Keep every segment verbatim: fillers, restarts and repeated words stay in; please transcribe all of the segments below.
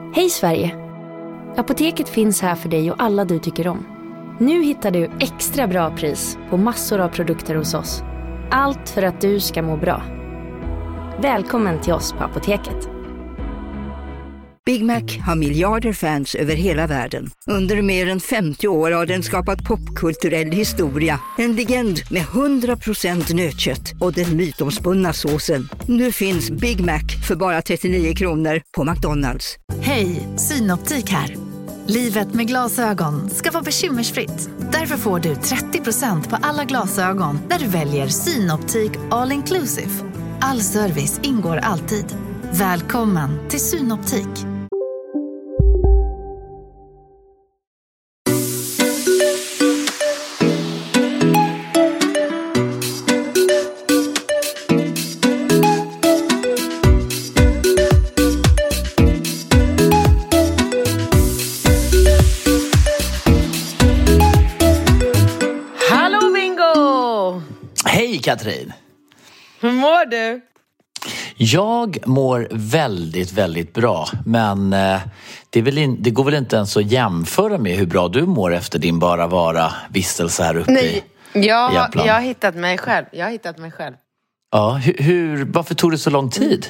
Hej Sverige! Apoteket finns här för dig och alla du tycker om. Nu hittar du extra bra pris på massor av produkter hos oss. Allt för att du ska må bra. Välkommen till oss på Apoteket. Big Mac har miljarder fans över hela världen. Under mer än femtio år har den skapat popkulturell historia. En legend med hundra procent nötkött och den mytomspunna såsen. Nu finns Big Mac för bara trettionio kronor på McDonalds. Hej, Synoptik här. Livet med glasögon ska vara bekymmersfritt. Därför får du trettio procent på alla glasögon när du väljer Synoptik All Inclusive. All service ingår alltid. Välkommen till Synoptik. Hej Katrin! Hur mår du? Jag mår väldigt, väldigt bra. Men eh, det, är väl in, det går väl inte ens att jämföra med hur bra du mår efter din bara vara vistelse här uppe. Nej, i jag, Jäplan. jag har hittat mig själv. Jag har hittat mig själv. Ja, hur, hur, varför tog det så lång tid?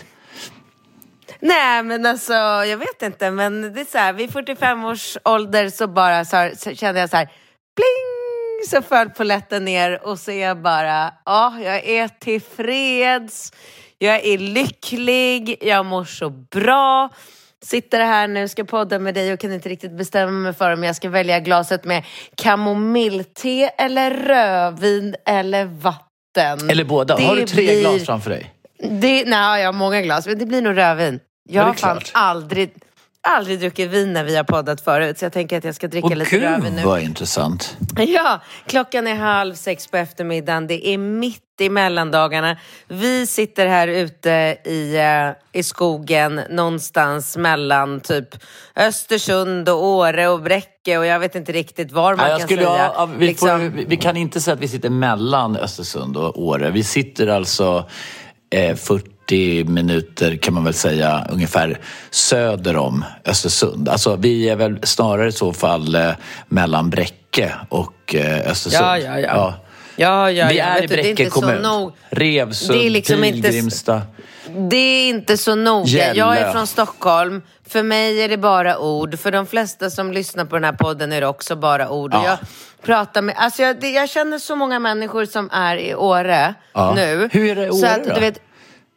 Nej, men alltså, jag vet inte. Men det är så här, vid fyrtiofem års ålder så bara så, här, så kände jag så här, pling! Så föll polletten ner och så är jag bara, ja, jag är tillfreds. Jag är lycklig. Jag mår så bra. Sitter här nu, ska podda med dig och kan inte riktigt bestämma mig för om jag ska välja glaset med kamomillte eller rödvin eller vatten. Eller båda. Det har du tre blir... glas framför dig? Det, nej, jag har många glas, men det blir nog rödvin. Jag har fan klart? aldrig... aldrig druckit vin när vi har poddat förut. Så jag tänker att jag ska dricka Åh, lite gud, rödvin nu. vad intressant. Ja, klockan är halv sex på eftermiddagen. Det är mitt i mellandagarna. Vi sitter här ute i, uh, i skogen. Någonstans mellan typ Östersund och Åre och Bräcke. Och jag vet inte riktigt var man ja, jag kan skulle, säga. Ja, vi, liksom... får, vi, vi kan inte säga att vi sitter mellan Östersund och Åre. Vi sitter alltså eh, fyrtio minuter kan man väl säga ungefär söder om Östersund. Alltså vi är väl snarare i så fall eh, mellan Bräcke och eh, Östersund. Ja, ja, ja. ja. Ja, ja, vi ja. är Vet i du, Bräcke det kommun. nog... Revsund, det är liksom Pilgrimstad. Inte... Det är inte så noga. Gällö. Jag är från Stockholm. För mig är det bara ord. För de flesta som lyssnar på den här podden är det också bara ord. Ja. Och jag pratar med... Alltså jag, det, jag känner så många människor som är i Åre ja. nu. Hur är det i Åre så att, då? du vet,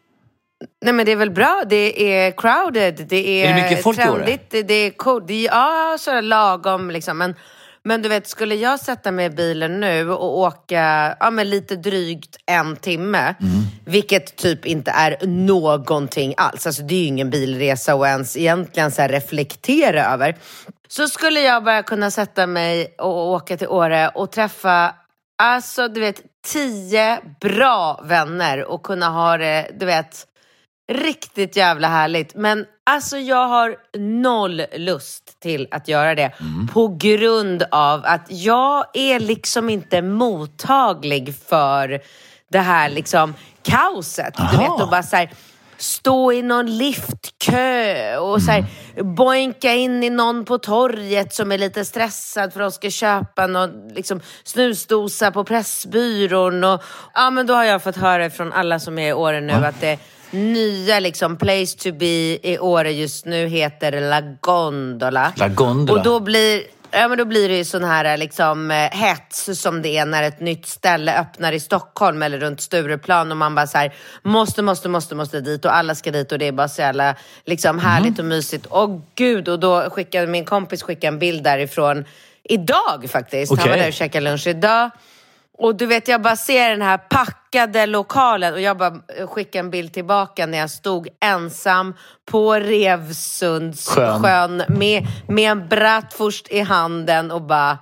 nej men det är väl bra. Det är crowded. Det är, är det mycket folk trendigt. i Åre? Det, det är cool. Det är, ja, så är det lagom liksom. Men... Men du vet, skulle jag sätta mig i bilen nu och åka ja, men lite drygt en timme, mm. vilket typ inte är någonting alls. Alltså det är ju ingen bilresa och ens egentligen så här reflektera över. Så skulle jag bara kunna sätta mig och åka till Åre och träffa, alltså du vet, tio bra vänner och kunna ha det, du vet, riktigt jävla härligt. Men alltså jag har noll lust till att göra det. Mm. På grund av att jag är liksom inte mottaglig för det här liksom kaoset. Aha. Du vet, och bara så här, stå i någon liftkö och så här, boinka in i någon på torget som är lite stressad för att de ska köpa någon liksom, snusdosa på Pressbyrån. Och, ja, men då har jag fått höra från alla som är i Åre nu ja. att det nya liksom place to be i Åre just nu heter La Gondola. La Gondola. Och då blir, ja, men då blir det ju sån här liksom hets som det är när ett nytt ställe öppnar i Stockholm eller runt Stureplan och man bara så här måste, måste, måste, måste dit och alla ska dit och det är bara så jävla liksom härligt mm. och mysigt. Och gud, och då skickade min kompis skickade en bild därifrån idag faktiskt. Okay. Han var där och käkade lunch idag. Och du vet, jag bara ser den här packade lokalen och jag bara skickar en bild tillbaka när jag stod ensam på Revsundssjön sjön med, med en bratwurst i handen och bara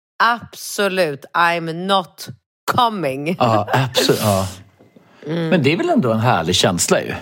absolut, I'm not coming. Ja, absolut. Ja. Mm. Men det är väl ändå en härlig känsla ju.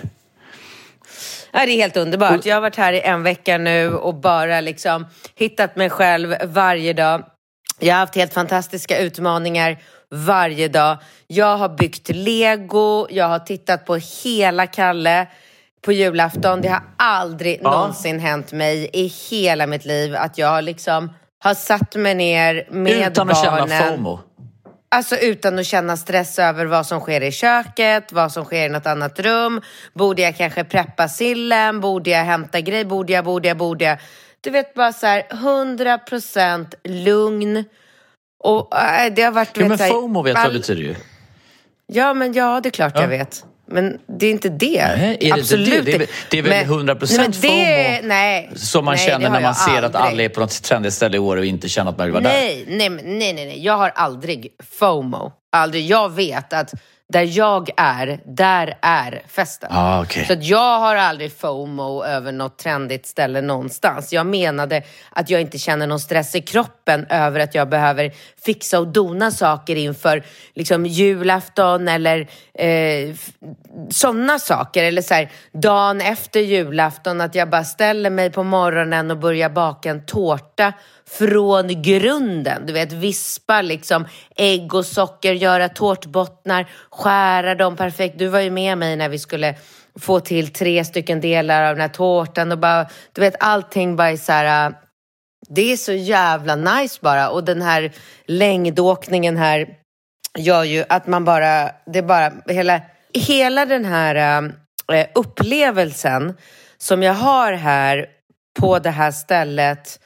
Ja, det är helt underbart. Jag har varit här i en vecka nu och bara liksom hittat mig själv varje dag. Jag har haft helt fantastiska utmaningar varje dag. Jag har byggt Lego. Jag har tittat på hela Kalle. på julafton. Det har aldrig Ja. någonsin hänt mig i hela mitt liv att jag liksom har satt mig ner med Utan barnen. att känna FOMO. Alltså utan att känna stress över vad som sker i köket, vad som sker i något annat rum. Borde jag kanske preppa sillen? Borde jag hämta grej? Borde jag, borde jag, borde jag? Du vet, bara så här hundra procent lugn. Och äh, det har varit... Jo, vet, men så här, FOMO vet all... vad det betyder ju. Ja, men ja, det är klart Ja. jag vet. Men det är inte det. Nej, är det Absolut inte det? Det är, det är väl men, hundra procent nej, men det, FOMO nej, som man nej, känner det har när man jag ser att aldrig. alla är på något trendigt ställe i år och inte känner att man vill vara där. Nej, nej, nej, nej, nej. Jag har aldrig FOMO. Aldrig. Jag vet att där jag är, där är festen. Ah, okay. Så att jag har aldrig FOMO över något trendigt ställe någonstans. Jag menade att jag inte känner någon stress i kroppen över att jag behöver fixa och dona saker inför liksom julafton eller eh, sådana saker. Eller så här, dagen efter julafton att jag bara ställer mig på morgonen och börjar baka en tårta från grunden. Du vet, vispa liksom ägg och socker, göra tårtbottnar, skära dem perfekt. Du var ju med mig när vi skulle få till tre stycken delar av den här tårtan och bara, du vet, allting bara är så här, det är så jävla nice bara. Och den här längdåkningen här gör ju att man bara, det är bara hela, hela den här äh, upplevelsen som jag har här på det här stället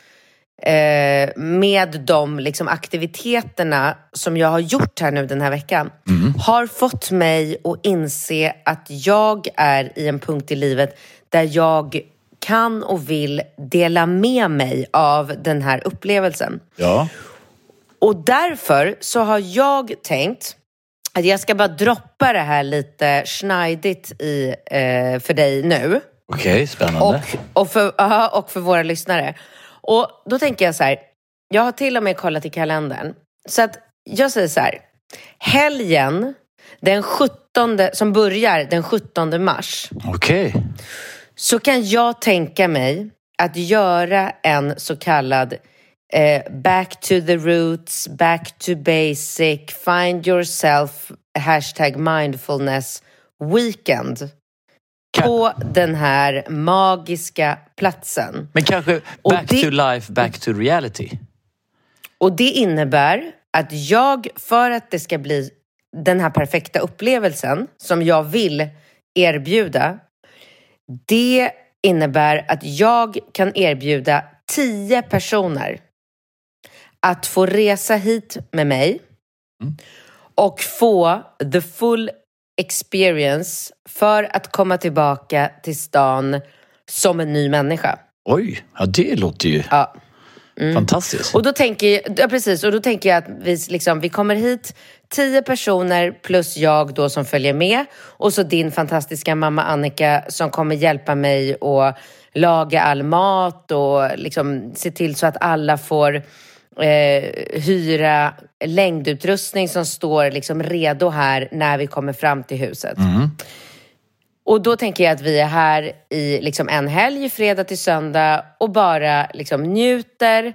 eh, med de liksom aktiviteterna som jag har gjort här nu den här veckan mm. har fått mig att inse att jag är i en punkt i livet där jag kan och vill dela med mig av den här upplevelsen. Ja. Och därför så har jag tänkt att jag ska bara droppa det här lite schneidigt i, eh, för dig nu. Okej, okay, spännande. Och, och, för, aha, och för våra lyssnare. Och då tänker jag så här, jag har till och med kollat i kalendern. Så att jag säger så här, helgen den sjuttonde, som börjar den sjuttonde mars. Okej. Okay. Så kan jag tänka mig att göra en så kallad eh, back to the roots, back to basic, find yourself, hashtag mindfulness weekend. På den här magiska platsen. Men kanske back det, to life, back to reality. Och det innebär att jag, för att det ska bli den här perfekta upplevelsen som jag vill erbjuda, det innebär att jag kan erbjuda tio personer att få resa hit med mig mm. och få the full experience för att komma tillbaka till stan som en ny människa. Oj, ja det låter ju ja. mm. fantastiskt. Och då tänker jag, ja, precis, och då tänker jag att vi, liksom, vi kommer hit tio personer plus jag då som följer med och så din fantastiska mamma Annika som kommer hjälpa mig att laga all mat och liksom se till så att alla får Eh, hyra längdutrustning som står liksom redo här när vi kommer fram till huset. Mm. Och då tänker jag att vi är här i liksom en helg, fredag till söndag och bara liksom njuter,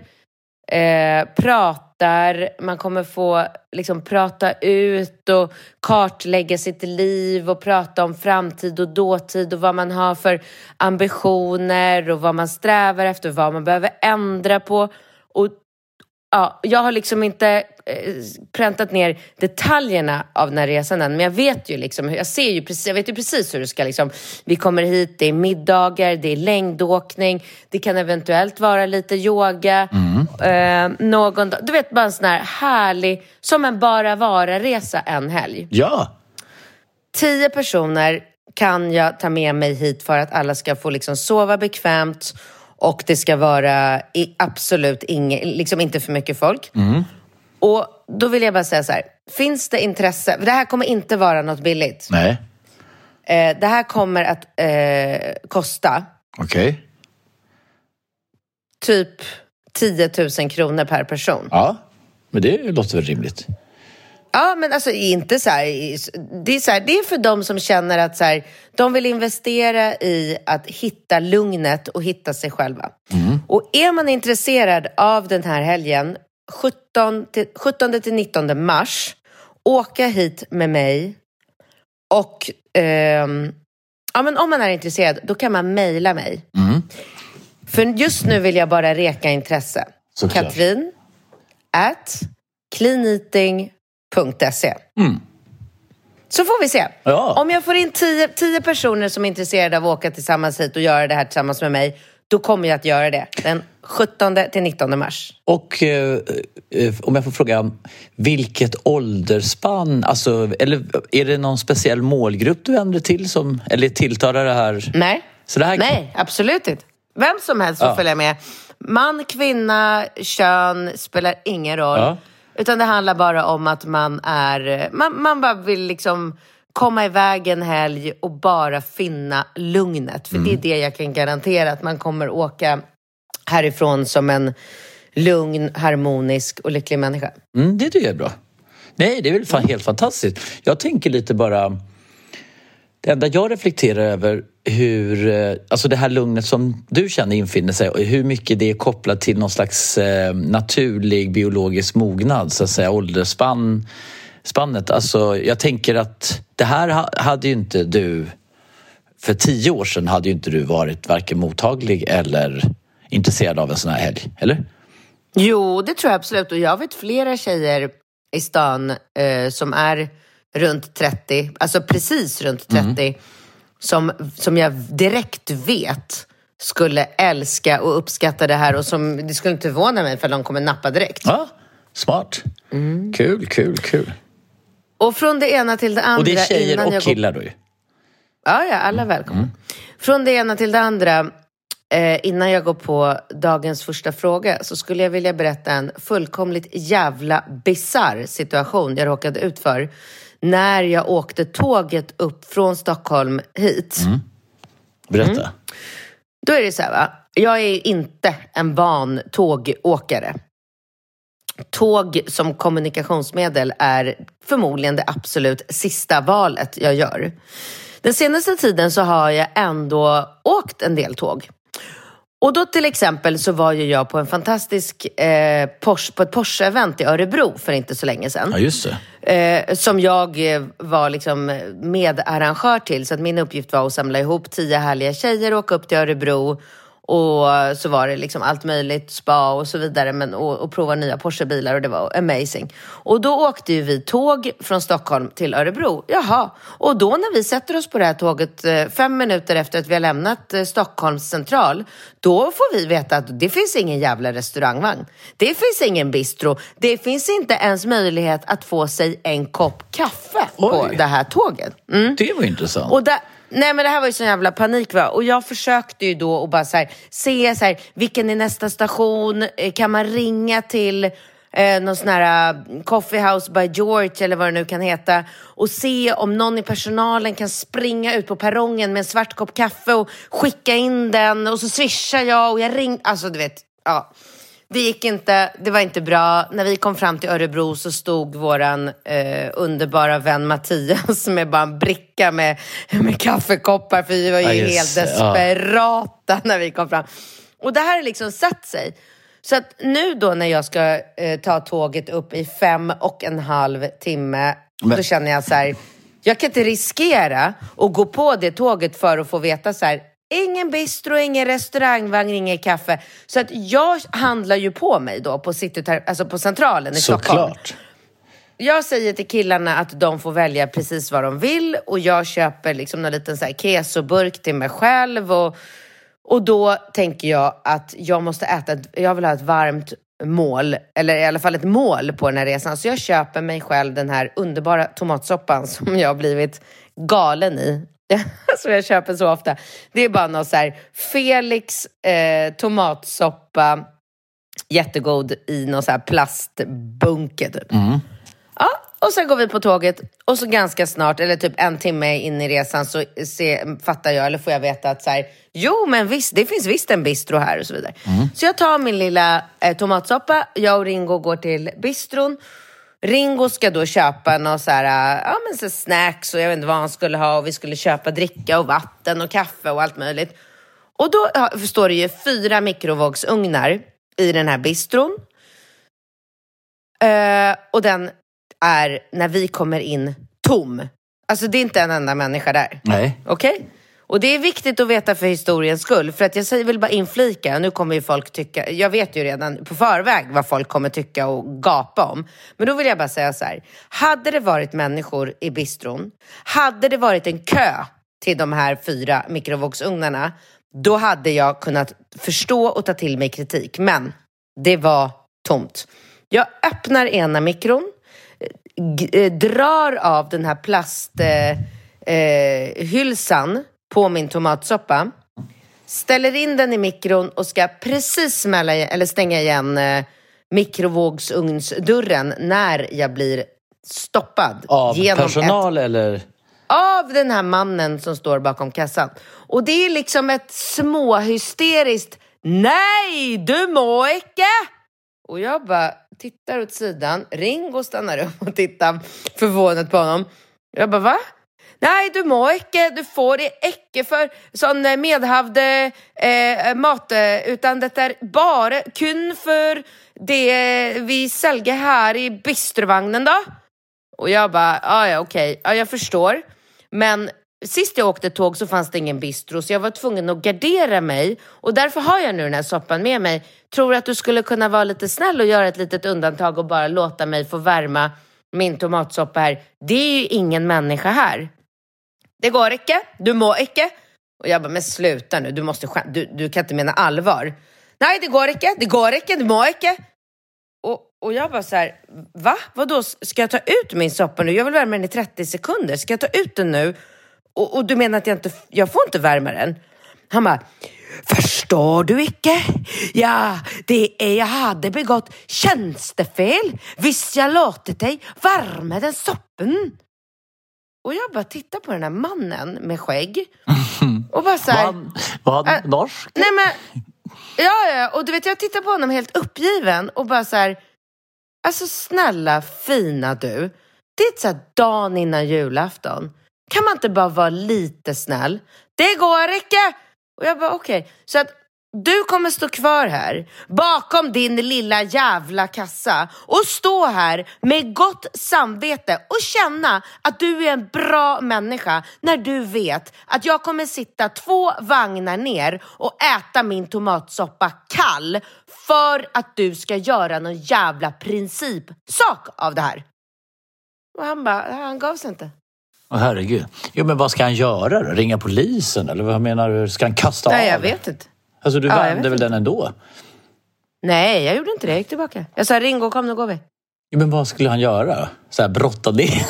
eh, pratar. Man kommer få liksom prata ut och kartlägga sitt liv och prata om framtid och dåtid och vad man har för ambitioner och vad man strävar efter, vad man behöver ändra på. Och ja, jag har liksom inte eh, präntat ner detaljerna av den här resan än, men jag vet ju liksom, jag ser ju precis, jag vet ju precis hur det ska liksom, vi kommer hit, det är middagar, det är längdåkning, det kan eventuellt vara lite yoga, mm. eh, någon, du vet, bara en sån här härlig, som en bara vara-resa en helg. Ja. Tio personer kan jag ta med mig hit för att alla ska få liksom sova bekvämt. Och det ska vara i absolut inge, liksom inte för mycket folk. Mm. Och då vill jag bara säga så här. Finns det intresse? För det här kommer inte vara något billigt. Nej. Eh, det här kommer att eh, kosta. Okej. Okay. Typ tio tusen kronor per person. Ja, men det låter väl rimligt. Ja, men alltså inte så här, det är så här, det är för de som känner att så här, de vill investera i att hitta lugnet och hitta sig själva. Mm. Och är man intresserad av den här helgen, sjuttonde till nittonde mars, åka hit med mig och eh, Ja, men om man är intresserad, då kan man mejla mig. Mm. För just nu vill jag bara reka intresse. Såklart. Katrin at cleaneating punkt se. Mm. Så får vi se. Ja. Om jag får in tio, tio personer som är intresserade av att åka tillsammans hit och göra det här tillsammans med mig, då kommer jag att göra det den sjuttonde till nittonde mars. Och eh, om jag får fråga, vilket åldersspann, alltså, eller är det någon speciell målgrupp du vänder till som, eller tilltalar det här? Nej, Så det här... Nej, absolut inte. Vem som helst får Ja. följa med. Man, kvinna, kön spelar ingen roll. Ja. Utan det handlar bara om att man är, man, man bara vill liksom komma iväg en helg och bara finna lugnet. För mm. det är det jag kan garantera, att man kommer åka härifrån som en lugn, harmonisk och lycklig människa. Mm, det tycker jag är bra. Nej, det är väl fan helt fantastiskt. Jag tänker lite bara... Det enda jag reflekterar över hur... Alltså det här lugnet som du känner infinner sig, och hur mycket det är kopplat till någon slags eh, naturlig biologisk mognad, så att säga, åldersspann, spannet. Alltså jag tänker att det här hade ju inte du... För tio år sedan hade ju inte du varit varken mottaglig eller intresserad av en sån här helg, eller? Jo, det tror jag absolut. Och jag vet flera tjejer i stan eh, som är runt trettio, alltså precis runt trettio, mm. som, som jag direkt vet skulle älska och uppskatta det här, och som det skulle inte förvåna mig för de kommer nappa direkt. Ja, smart. Mm. Kul, kul, kul. Och från det ena till det andra. Och det är tjejer och jag killar går... då ju. Ja, ja, alla välkomna. Mm. Från det ena till det andra, eh, innan jag går på dagens första fråga, så skulle jag vilja berätta en fullkomligt jävla bizarr situation jag råkade ut för när jag åkte tåget upp från Stockholm hit. Mm. Berätta. Mm. Då är det så här, va? Jag är inte en van tågåkare. Tåg som kommunikationsmedel är förmodligen det absolut sista valet jag gör. Den senaste tiden så har jag ändå åkt en del tåg. Och då till exempel så var ju jag på en fantastisk eh, Porsche, på ett Porsche-event i Örebro för inte så länge sedan. Ja, just det. Eh, som jag eh, var liksom medarrangör till. Så att min uppgift var att samla ihop tio härliga tjejer och åka upp till Örebro. Och så var det liksom allt möjligt, spa och så vidare, men, och, och prova nya Porsche-bilar, och det var amazing. Och då åkte ju vi tåg från Stockholm till Örebro. Jaha, och då när vi sätter oss på det här tåget fem minuter efter att vi har lämnat Stockholms central, då får vi veta att det finns ingen jävla restaurangvagn. Det finns ingen bistro. Det finns inte ens möjlighet att få sig en kopp kaffe Oj. på det här tåget. Mm. Det var intressant. Och där... Nej, men det här var ju sån jävla panik, va? Och jag försökte ju då och bara så här, se så här, vilken är nästa station? Kan man ringa till eh, någon sån här uh, Coffee House by George eller vad det nu kan heta, och se om någon i personalen kan springa ut på perrongen med en svart kopp kaffe och skicka in den, och så swishar jag och jag ringde, alltså du vet, ja. Det gick inte, det var inte bra. När vi kom fram till Örebro så stod våran eh, underbara vän Mattias med bara en bricka med, med kaffekoppar. För vi var ju ah, yes. helt desperata ja. när vi kom fram. Och det här har liksom satt sig. Så att nu då när jag ska eh, ta tåget upp i fem och en halv timme, Men... då känner jag så här, jag kan inte riskera att gå på det tåget för att få veta så här, ingen bistro, ingen restaurangvagn, ingen kaffe. Så att jag handlar ju på mig då på, city, alltså på centralen i Stockholm. Såklart. Jag säger till killarna att de får välja precis vad de vill. Och jag köper liksom en liten så här kesoburk till mig själv. Och, och då tänker jag att jag måste äta, ett, jag vill ha ett varmt mål. Eller i alla fall ett mål på den här resan. Så jag köper mig själv den här underbara tomatsoppan som jag har blivit galen i. Som jag köper så ofta. Det är bara något så här Felix eh, tomatsoppa, jättegod, i någon så här plastbunke typ. Mm. Ja, och sen går vi på tåget. Och så ganska snart, eller typ en timme in i resan, så se, fattar jag, eller får jag veta att så här, jo men visst, det finns visst en bistro här och så vidare. Mm. Så jag tar min lilla eh, tomatsoppa. Jag och Ringo går till bistron. Ringo ska då köpa någon så här, ja, men så snacks, och jag vet inte vad han skulle ha, och vi skulle köpa dricka och vatten och kaffe och allt möjligt. Och då ja, står det ju fyra mikrovågsugnar i den här bistron. Uh, och den är, när vi kommer in, tom. Alltså det är inte en enda människa där. Nej. Okej? Okay? Och det är viktigt att veta för historiens skull. För att jag säger väl bara inflika. Nu kommer ju folk tycka... Jag vet ju redan på förväg vad folk kommer tycka och gapa om. Men då vill jag bara säga så här. Hade det varit människor i bistron. Hade det varit en kö till de här fyra mikrovågsugnarna. Då hade jag kunnat förstå och ta till mig kritik. Men det var tomt. Jag öppnar ena mikron. G- drar av den här plasthylsan eh, på min tomatsoppa, ställer in den i mikron och ska precis smälla, eller stänga igen eh, mikrovågsugnsdörren när jag blir stoppad. Av genom personal ett, eller? Av den här mannen som står bakom kassan. Och det är liksom ett småhysteriskt nej, du må icke! Och jag bara tittar åt sidan. Ringo stannar upp och tittar förvånat på honom. Jag bara, va? Nej, du må icke. Du får det icke för sån medhavde eh, mat. Utan det är bara kun för det vi säljer här i bistrovagnen då. Och jag bara, ja ja okej. Ja, jag förstår. Men sist jag åkte tåg så fanns det ingen bistro. Så jag var tvungen att gardera mig. Och därför har jag nu den här soppan med mig. Tror att du skulle kunna vara lite snäll och göra ett litet undantag och bara låta mig få värma min tomatsoppa här. Det är ju ingen människa här. Det går icke. Du må icke. Och jag bara, men sluta nu. Du, måste skäm- du, du kan inte mena allvar. Nej, det går icke. Det går icke. Du må icke. Och, och jag bara så här, va? Vadå? Ska jag ta ut min soppa nu? Jag vill värma den i trettio sekunder. Ska jag ta ut den nu? Och, och du menar att jag inte, jag får inte värma den? Han bara, förstår du icke? Ja, det är jag hade begått tjänstefel. Visst jag låtit dig värma den soppen. Och jag bara tittar på den här mannen med skägg. Och bara så här. Man, var han äh, norsk? Nej men, ja ja. Och du vet, jag tittar på honom helt uppgiven. Och bara så här. Alltså snälla, fina du. Det är så här dagen innan julafton. Kan man inte bara vara lite snäll? Det går icke! Och jag bara okej. Okay. Så att du kommer stå kvar här bakom din lilla jävla kassa och stå här med gott samvete och känna att du är en bra människa när du vet att jag kommer sitta två vagnar ner och äta min tomatsoppa kall för att du ska göra någon jävla principsak av det här. Och han bara, han gav sig inte. Åh herregud. Jo men vad ska han göra då? Ringa polisen? Eller vad menar du? Ska han kasta Nej, av? jag vet inte. Alltså du Ja, vände väl den ändå? Nej, jag gjorde inte det. Jag gick tillbaka. Jag sa, Ringo, kom nu går vi. Jo, men vad skulle han göra? Så här brotta ner?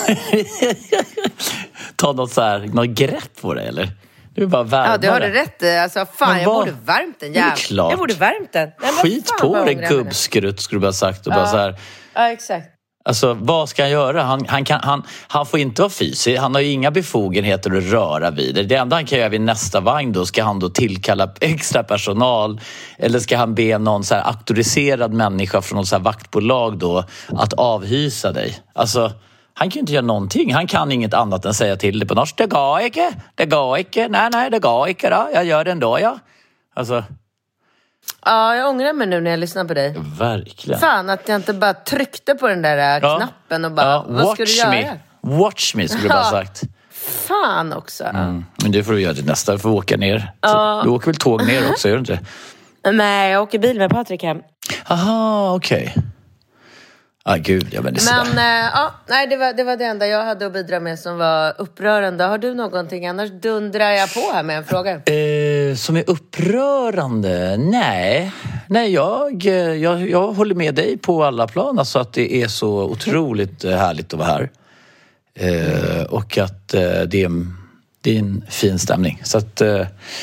Ta något så här, något grepp på det eller? Du bara värma. Ja, du har det rätt. Alltså fan, Men jag vad- borde värmt den. Det är Jävlar. klart. Jag borde värmt den. Nej, men Skit fan, på vad det ångrar jag mig nu. gubbskrutt skulle du bara sagt och bara så här. Ja, exakt. Alltså vad ska han göra? Han, han, kan, han, han får inte vara fysisk. Han har ju inga befogenheter att röra vid det. Det enda han kan göra vid nästa vagn då, ska han då tillkalla extra personal eller ska han be någon så här auktoriserad människa från något så här vaktbolag då att avhysa dig? Alltså han kan ju inte göra någonting. Han kan inget annat än säga till det på norsk. Det går inte. Det går inte. Nej, nej, det går inte då. Jag gör det ändå, ja. Alltså Ja, jag ångrar mig nu när jag lyssnar på dig. verkligen. Fan att jag inte bara tryckte på den där äh, Ja. knappen och bara, Ja, vad ska du göra? me. Watch me skulle du bara Ja. sagt. Fan också. Mm. Men det får du göra till nästa. Du får åka ner. Ja. Du åker väl tåg ner också, gör du inte? Nej, jag åker bil med Patrik hem. Aha, okej. Okay. Ah, gud, jag vet inte. Men äh, ja, nej, det var, det var det enda jag hade att bidra med som var upprörande. Har du någonting? Annars dundrar jag på här med en fråga. Eh, som är upprörande? Nej. Nej, jag, jag, jag håller med dig på alla plan. Alltså att det är så otroligt härligt att vara här. Eh, och att eh, det, är, det är en fin stämning. Så att... Eh,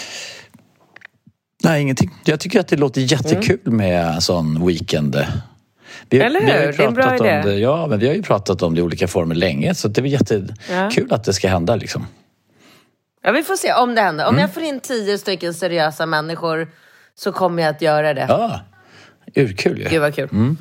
nej, ingenting. Jag tycker att det låter jättekul mm. med en sån weekend. Vi, Eller hur? Vi har ju det är en bra pratat idé. om det, ja, men vi har ju pratat om det i olika former länge. Så det är jättekul ja. att det ska hända liksom. Ja, vi får se om det händer. Om Mm. jag får in tio stycken seriösa människor så kommer jag att göra det. Ja, urkul ju. Gud vad kul. Mm.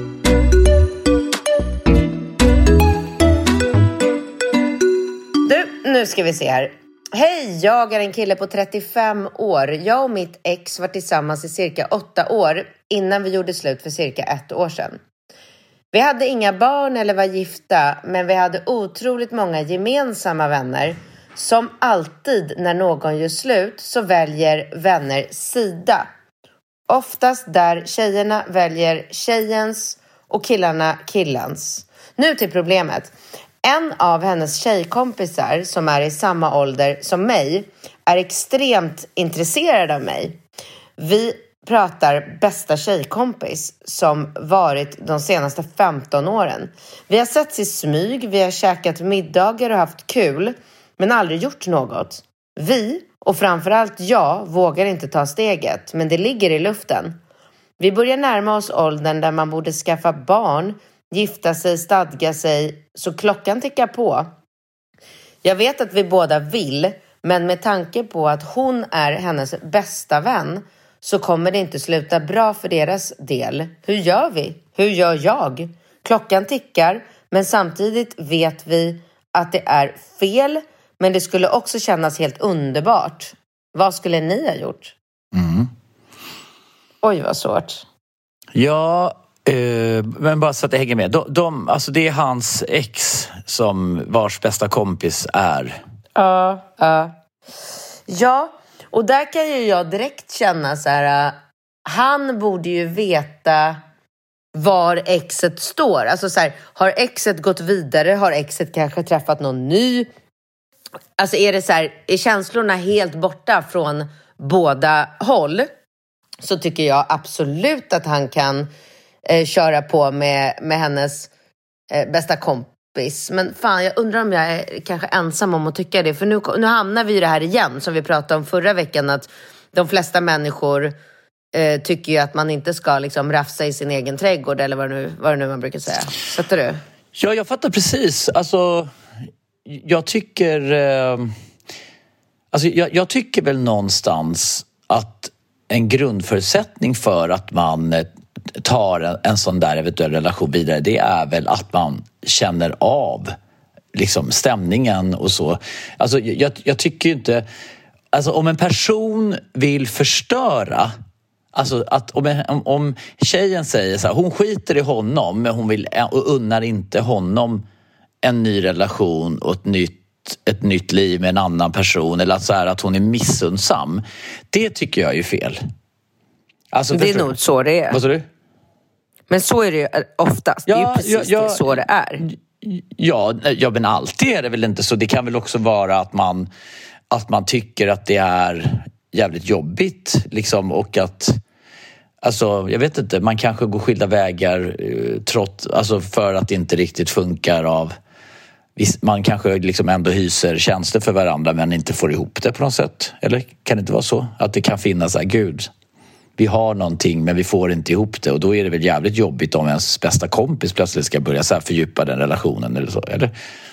Du, nu ska vi se här. Hej, jag är en kille på trettiofem år. Jag och mitt ex var tillsammans i cirka åtta år innan vi gjorde slut för cirka ett år sedan. Vi hade inga barn eller var gifta, men vi hade otroligt många gemensamma vänner Som alltid när någon gör slut så väljer vänner sida. Oftast där tjejerna väljer tjejens och killarna killans. Nu till problemet. En av hennes tjejkompisar som är i samma ålder som mig är extremt intresserad av mig. Vi pratar bästa tjejkompis som varit de senaste femton åren. Vi har setts i smyg, vi har käkat middagar och haft kul, men aldrig gjort något. Vi, och framförallt jag, vågar inte ta steget, men det ligger i luften. Vi börjar närma oss åldern där man borde skaffa barn, gifta sig, stadga sig, så klockan tickar på. Jag vet att vi båda vill, men med tanke på att hon är hennes bästa vän så kommer det inte sluta bra för deras del. Hur gör vi? Hur gör jag? Klockan tickar, men samtidigt vet vi att det är fel, men det skulle också kännas helt underbart. Vad skulle ni ha gjort? Mm. Oj, vad svårt. Ja, eh, men bara så att jag hänger med. De, de, alltså det är hans ex som vars bästa kompis är. Ja, ja. Ja, och där kan ju jag direkt känna så här. Uh, han borde ju veta var exet står. Alltså så här, har exet gått vidare? Har exet kanske träffat någon ny? Alltså är det så här, är känslorna helt borta från båda håll, så tycker jag absolut att han kan eh, köra på med, med hennes eh, bästa kompis. Men fan, jag undrar om jag är kanske ensam om att tycka det. För nu, nu hamnar vi i det här igen som vi pratade om förra veckan, att de flesta människor eh, tycker ju att man inte ska liksom rafsa i sin egen trädgård, eller vad det nu, vad det nu man brukar säga. Sätter du? Ja, jag fattar precis. Alltså, jag tycker... Eh, alltså, jag, jag tycker väl någonstans att en grundförutsättning för att man tar en, en sån där eventuell relation vidare, det är väl att man känner av liksom stämningen och så. Alltså jag, jag tycker ju inte... Alltså om en person vill förstöra, alltså att om, om, om tjejen säger så här, hon skiter i honom men hon vill och unnar inte honom en ny relation och ett nytt ett nytt liv med en annan person, eller att, så här, att hon är missundsam, det tycker jag är ju fel. Alltså, det är för... nog så det är. Vad sa du? Men så är det ju oftast. Ja, det är ju precis ja, ja, det, så det är. Ja, ja, men alltid är det väl inte så. Det kan väl också vara att man, att man tycker att det är jävligt jobbigt. Liksom, och att, alltså, jag vet inte, man kanske går skilda vägar trots, alltså för att det inte riktigt funkar av... Man kanske liksom ändå hyser tjänster för varandra men inte får ihop det på något sätt. Eller kan det inte vara så? Att det kan finnas så här, gud, vi har någonting men vi får inte ihop det. Och då är det väl jävligt jobbigt om ens bästa kompis plötsligt ska börja så här fördjupa den relationen eller så, eller?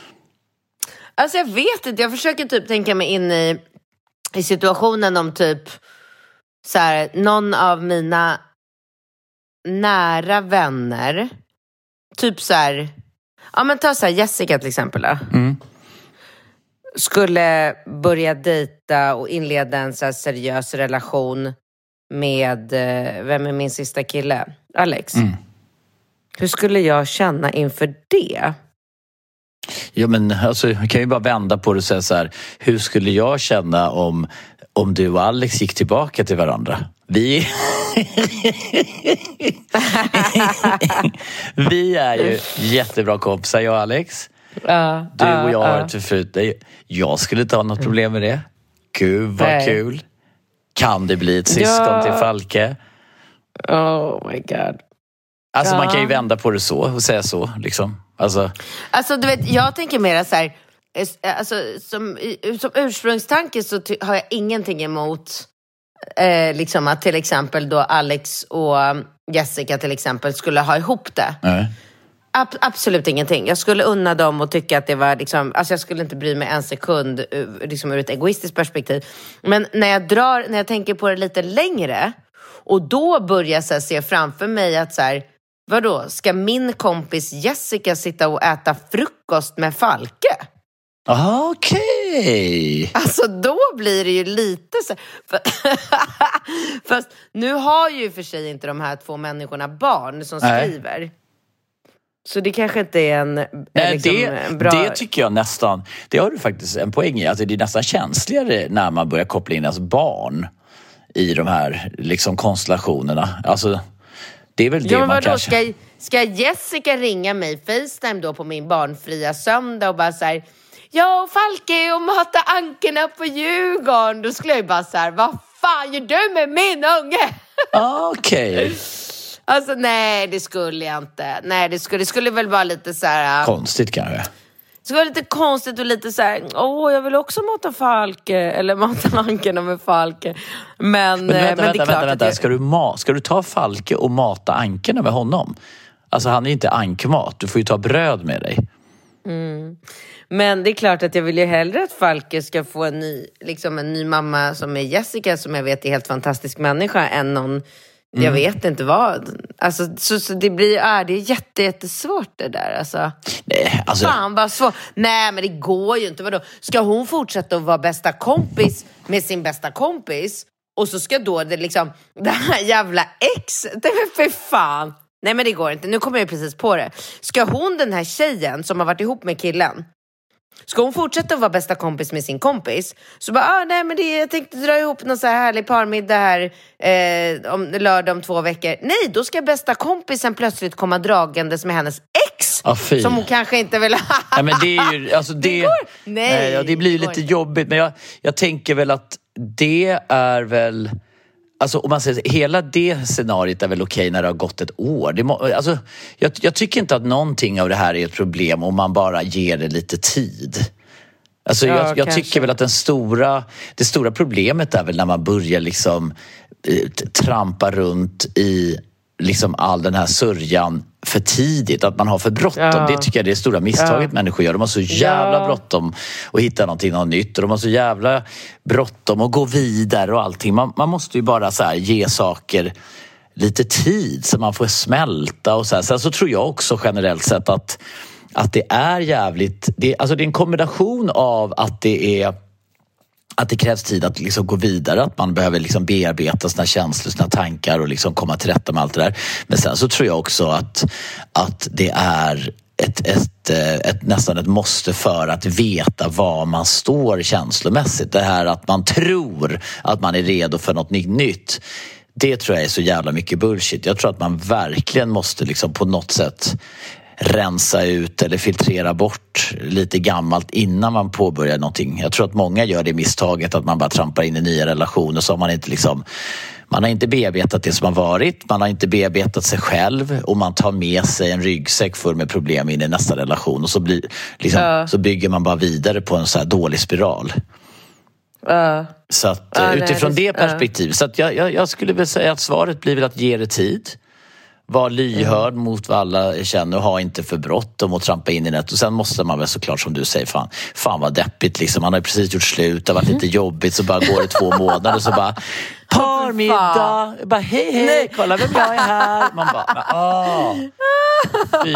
Alltså jag vet inte, jag försöker typ tänka mig in i, i situationen om typ så här, någon av mina nära vänner typ så här... Ja, men ta så här, Jessica till exempel då. Mm. Skulle börja dejta och inleda en så här seriös relation med, vem är min sista kille? Alex. Mm. Hur skulle jag känna inför det? Ja, men alltså, jag kan ju bara vända på det och säga så här, hur skulle jag känna om, om du och Alex gick tillbaka till varandra? Vi... Vi är ju jättebra kompisar, jag och Alex. Uh, du och jag uh, har uh. ett förflutet. Jag skulle inte ha något problem med det. Gud, vad Nej. kul. Kan det bli ett syskon ja. till Falke? Oh my god. Alltså ja. man kan ju vända på det så och säga så liksom. Alltså, alltså du vet, jag tänker mer så här, alltså, som, som ursprungstanke så ty- har jag ingenting emot eh, liksom att till exempel då Alex och Jessica till exempel skulle ha ihop det. Nej. Ab- absolut ingenting. Jag skulle unna dem och tycka att det var liksom, alltså jag skulle inte bry mig en sekund liksom ur ett egoistiskt perspektiv. Men när jag drar, när jag tänker på det lite längre och då börjar jag så här, se framför mig att så här, vadå, ska min kompis Jessica sitta och äta frukost med Falke? Ah, okej. Okay. Alltså då blir det ju lite så. Fast nu har ju för sig inte de här två människorna barn som skriver. Nej. Så det kanske inte är en, Nej, liksom, det, en bra... det tycker jag nästan, det har du faktiskt en poäng i. Alltså det är nästan känsligare när man börjar koppla in ens barn i de här liksom konstellationerna. Alltså det är väl det ja, men man vadå, kanske... ska, ska Jessica ringa mig FaceTime då på min barnfria söndag och bara så här, ja, Falke och mata ankorna på Djurgården. Då skulle jag ju bara så här, vad fan gör du med min unge? Okej. Okay. Alltså nej, det skulle jag inte. Nej, det skulle, det skulle väl vara lite så här... Konstigt kanske. Det skulle vara lite konstigt och lite så här, åh, jag vill också mata Falke. Eller mata ankorna med Falke. Men, men vänta, men vänta, det är klart vänta, vänta. jag... Ska, du ma- ska du ta Falke och mata ankorna med honom? Alltså han är inte ankmat. Du får ju ta bröd med dig. Mm. Men det är klart att jag vill ju hellre att Falke ska få en ny, liksom en ny mamma som är Jessica, som jag vet är helt fantastisk människa, än någon, mm. jag vet inte vad. Alltså, så, så det blir är det är jätte, jättesvårt det där. Alltså. Nej, alltså... Fan vad svårt. Nej, men det går ju inte. Vadå? Ska hon fortsätta att vara bästa kompis med sin bästa kompis? Och så ska då det liksom, det här jävla ex, det är för fan. Nej, men det går inte. Nu kommer jag precis på det. Ska hon, den här tjejen som har varit ihop med killen, ska hon fortsätta att vara bästa kompis med sin kompis? Så bara, ah, nej men det, jag tänkte dra ihop någon så här härlig parmiddag här eh, om lördag om två veckor. Nej, då ska bästa kompisen plötsligt komma dragandes med hennes ex. Ah, som hon kanske inte vill ha. Nej, men det är ju, alltså det, det, går. Nej, nej, ja, det blir det lite jobbigt. Men jag, jag tänker väl att det är väl... Alltså om man säger hela det scenariot är väl okej när det har gått ett år. Det må, alltså, jag, jag tycker inte att någonting av det här är ett problem om man bara ger det lite tid. Alltså ja, jag, jag tycker väl att den stora, det stora problemet är väl när man börjar liksom eh, trampa runt i liksom all den här sörjan för tidigt, att man har för bråttom. Ja. Det tycker jag är det stora misstaget ja. människor gör. De har så jävla ja. bråttom att hitta någonting något nytt, och de har så jävla bråttom att gå vidare och allting. Man, man måste ju bara så här ge saker lite tid så man får smälta och så här. Sen så tror jag också generellt sett att, att det är jävligt, det, alltså det är en kombination av att det är att det krävs tid att liksom gå vidare, att man behöver liksom bearbeta sina känslor, sina tankar och liksom komma till rätta med allt det där. Men sen så tror jag också att, att det är ett, ett, ett, nästan ett måste för att veta var man står känslomässigt. Det här att man tror att man är redo för något nytt. Det tror jag är så jävla mycket bullshit. Jag tror att man verkligen måste liksom på något sätt rensa ut eller filtrera bort lite gammalt innan man påbörjar någonting. Jag tror att många gör det misstaget att man bara trampar in i nya relationer, så har man inte liksom, man har inte bearbetat det som har varit, man har inte bearbetat sig själv, och man tar med sig en ryggsäck full med problem in i nästa relation, och så, blir, liksom, uh. så bygger man bara vidare på en så här dålig spiral. Uh. Så att uh, utifrån nej, det, det perspektivet, uh. så att jag, jag, jag skulle väl säga att svaret blir väl att ge det tid. Var lyhörd mm. mot vad alla känner och ha inte för bråttom och trampa in i det. Och sen måste man väl såklart, som du säger, fan, fan vad deppigt liksom. Man har ju precis gjort slut, det har varit lite jobbigt, så bara går det två månader och så bara parmiddag, bara hej hej, nej. Kolla vem jag är här. Man bara, åh, fy.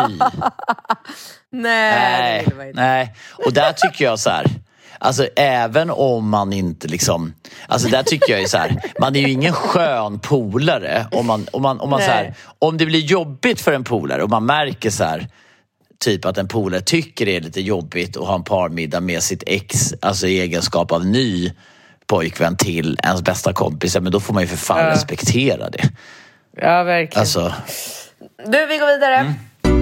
Nej, nej, nej. Och där tycker jag så här, alltså även om man inte liksom, alltså där tycker jag är så här, man är ju ingen skön polare om man, om man, om man så här, om det blir jobbigt för en polare och man märker så här, typ att en polare tycker det är lite jobbigt att ha en parmiddag med sitt ex, alltså i egenskap av ny pojkvän till ens bästa kompis, men då får man ju för fan ja. respektera det. Ja, verkligen. Alltså. Du, vi går vidare. Mm.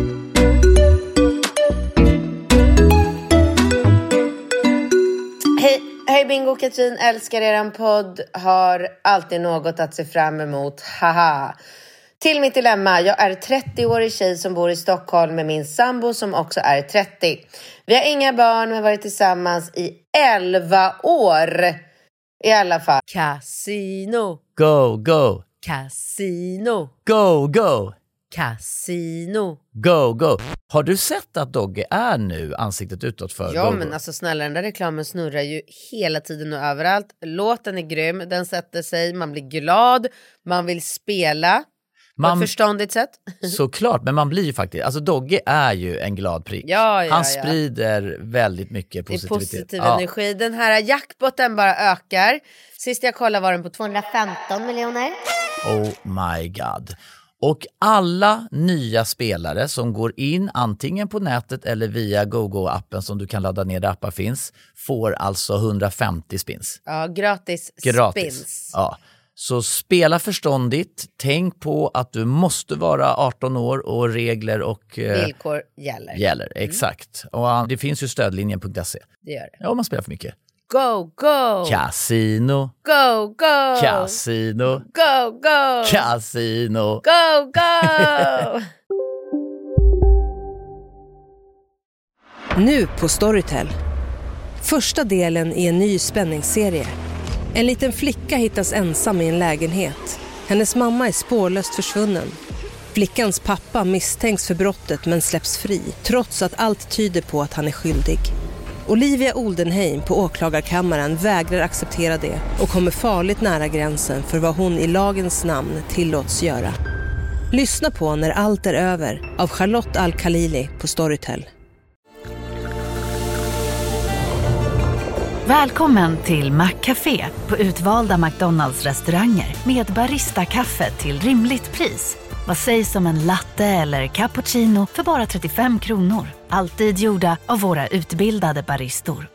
Hej Bingo, Katrin, älskar eran podd, har alltid något att se fram emot, haha. Till mitt dilemma, jag är trettioårig tjej som bor i Stockholm med min sambo som också är trettio. Vi har inga barn men varit tillsammans i elva år. I alla fall. Casino. Go, go. Casino. Go, go. Casino. Go, go. Har du sett att Dogge är nu ansiktet utåt för Ja, go, men go? Alltså snälla, den där reklamen snurrar ju hela tiden och överallt. Låten är grym, den sätter sig, man blir glad, man vill spela man, på ett förståndigt sätt. Såklart, men man blir ju faktiskt, alltså Dogge är ju en glad prick. Ja, ja, Han ja. sprider väldigt mycket positivitet. Det är positiv ja. energi. Den här jackpotten bara ökar. Sist jag kollade var den på tvåhundrafemton miljoner. Oh my god. Och alla nya spelare som går in antingen på nätet eller via GoGo-appen som du kan ladda ner där appar finns får alltså hundrafemtio spins. Ja, gratis, gratis. spins. Ja. Så spela förståndigt. Tänk på att du måste vara arton år och regler och eh, villkor gäller. Gäller, exakt. Mm. Och det finns ju stödlinjen punkt se. Det gör det. Ja, om man spelar för mycket. Go, go! Casino. Go, go! Casino. Go, go! Casino. Go, go! Nu på Storytel. Första delen i en ny spänningsserie. En liten flicka hittas ensam i en lägenhet. Hennes mamma är spårlöst försvunnen. Flickans pappa misstänks för brottet men släpps fri, trots att allt tyder på att han är skyldig. Olivia Oldenheim på åklagarkammaren vägrar acceptera det och kommer farligt nära gränsen för vad hon i lagens namn tillåts göra. Lyssna på När allt är över av Charlotte Al-Khalili på Storytel. Välkommen till Maccafé på utvalda McDonalds-restauranger med Barista-kaffe till rimligt pris. Vad sägs om en latte eller cappuccino för bara trettiofem kronor? Alltid gjorda av våra utbildade baristor.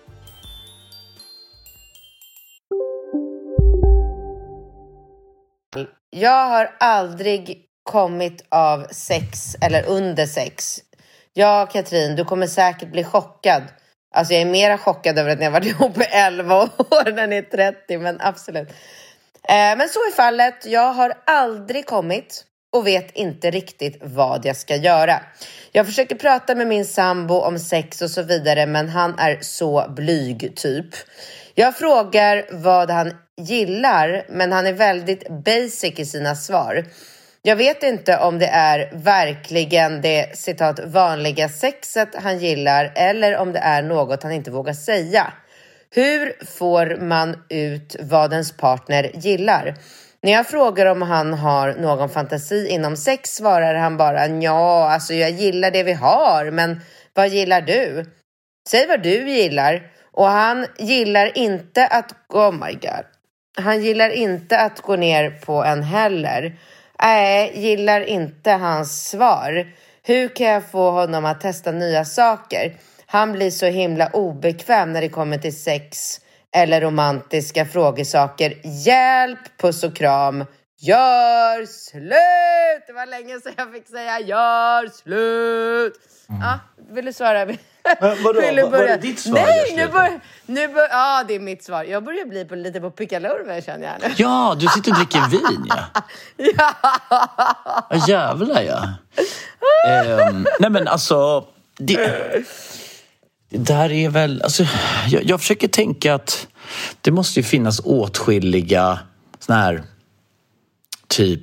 Jag har aldrig kommit av sex eller under sex. Ja, Katrin, du kommer säkert bli chockad. Alltså jag är mera chockad över att ni har varit ihop i elva år när ni är trettio, men absolut. Eh, men så är fallet. Jag har aldrig kommit och vet inte riktigt vad jag ska göra. Jag försöker prata med min sambo om sex och så vidare, men han är så blyg typ. Jag frågar vad han gillar, men han är väldigt basic i sina svar. Jag vet inte om det är verkligen det citat vanliga sexet han gillar eller om det är något han inte vågar säga. Hur får man ut vad ens partner gillar? När jag frågar om han har någon fantasi inom sex svarar han bara ja, alltså jag gillar det vi har, men vad gillar du? Säg vad du gillar. Och han gillar inte att, oh my god, han gillar inte att gå ner på en heller. Nej, gillar inte hans svar. Hur kan jag få honom att testa nya saker? Han blir så himla obekväm när det kommer till sex eller romantiska frågesaker. Hjälp, puss och kram. Gör slut! Det var länge sedan jag fick säga gör slut. Mm. Ja, vill du svara? Men vadå? Vill du börja? Var det ditt svar? Nej, nu börjar... Nu bör, ja, det är mitt svar. Jag börjar bli på, lite på pickalurven, känner jag nu. Ja, du sitter och dricker vin, ja. Ja. Ja, jävlar, ja. um, nej, men alltså... Det, det där är väl... Alltså, jag, jag försöker tänka att det måste ju finnas åtskilliga såna här typ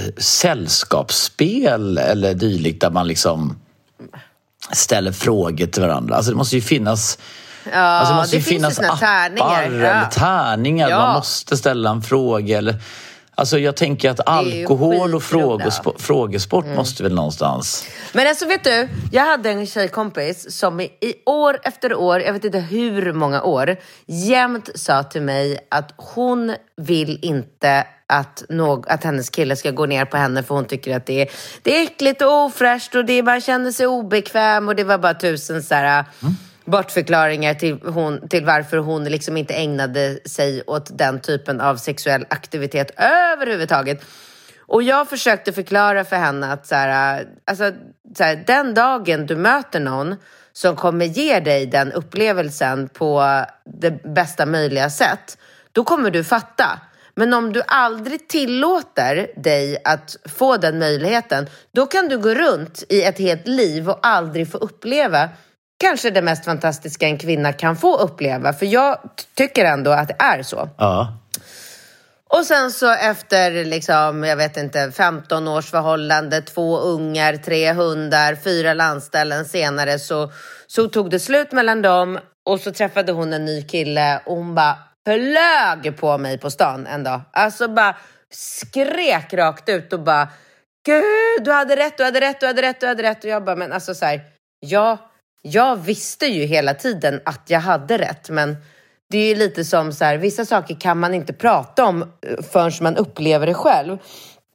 sällskapsspel eller dylikt där man liksom ställer frågor till varandra. Alltså det måste ju finnas... Ja, alltså det måste det ju finns finnas ju tärningar. Appar, ja. eller tärningar. Ja. Man måste ställa en fråga. Eller, alltså jag tänker att alkohol och frågesport, frågesport mm. måste väl någonstans... Men alltså vet du, jag hade en tjejkompis som i, i år efter år, jag vet inte hur många år, jämt sa till mig att hon vill inte att, någ, att hennes kille ska gå ner på henne för hon tycker att det är, det är äckligt och ofräscht och det är, man känner sig obekväm och det var bara tusen så här... Mm. bortförklaringar till, hon, till varför hon liksom inte ägnade sig åt den typen av sexuell aktivitet överhuvudtaget. Och jag försökte förklara för henne att så här, alltså, så här, den dagen du möter någon som kommer ge dig den upplevelsen på det bästa möjliga sätt, då kommer du fatta. Men om du aldrig tillåter dig att få den möjligheten, då kan du gå runt i ett helt liv och aldrig få uppleva kanske det mest fantastiska en kvinna kan få uppleva. För jag tycker ändå att det är så. Ja. Och sen så efter liksom, jag vet inte, femton års förhållande, två ungar, tre hundar, fyra landställen senare så, så tog det slut mellan dem. Och så träffade hon en ny kille och hon bara flög på mig på stan en dag. Alltså bara skrek rakt ut och bara, gud, du hade rätt, du hade rätt, du hade rätt, du hade rätt. Och jag bara, men alltså så här, ja... Jag visste ju hela tiden att jag hade rätt, men det är ju lite som så här, vissa saker kan man inte prata om förrän man upplever det själv.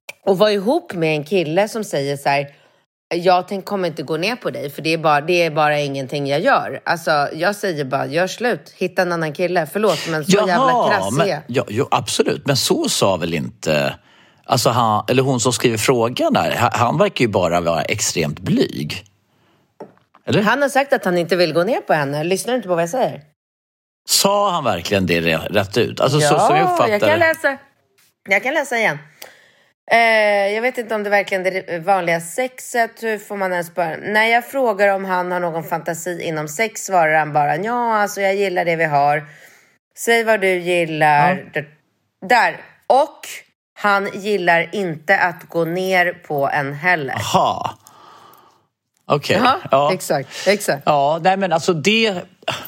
och vara ihop med en kille som säger så här: jag tänk, kommer inte gå ner på dig, för det är, bara, det är bara ingenting jag gör. Alltså, jag säger bara, gör slut. Hitta en annan kille. Förlåt, men så Jaha, jävla krassiga. Men, ja, jo, absolut, men så sa väl inte... Alltså han, eller hon som skriver frågan där, han, han verkar ju bara vara extremt blyg. Eller? Han har sagt att han inte vill gå ner på henne. Lyssnar du inte på vad jag säger? Sa han verkligen det rätt ut? Alltså, ja, så, så jag uppfattar... jag kan läsa. Jag kan läsa igen. Eh, jag vet inte om det verkligen är det vanliga sexet. Hur får man ens börja? När jag frågar om han har någon fantasi inom sex, svarar han bara: ja, alltså jag gillar det vi har. Säg vad du gillar. Ja. Där. Och han gillar inte att gå ner på en heller. Aha. Okej. Okay. Ja, exakt, exakt. Ja, nej men alltså det...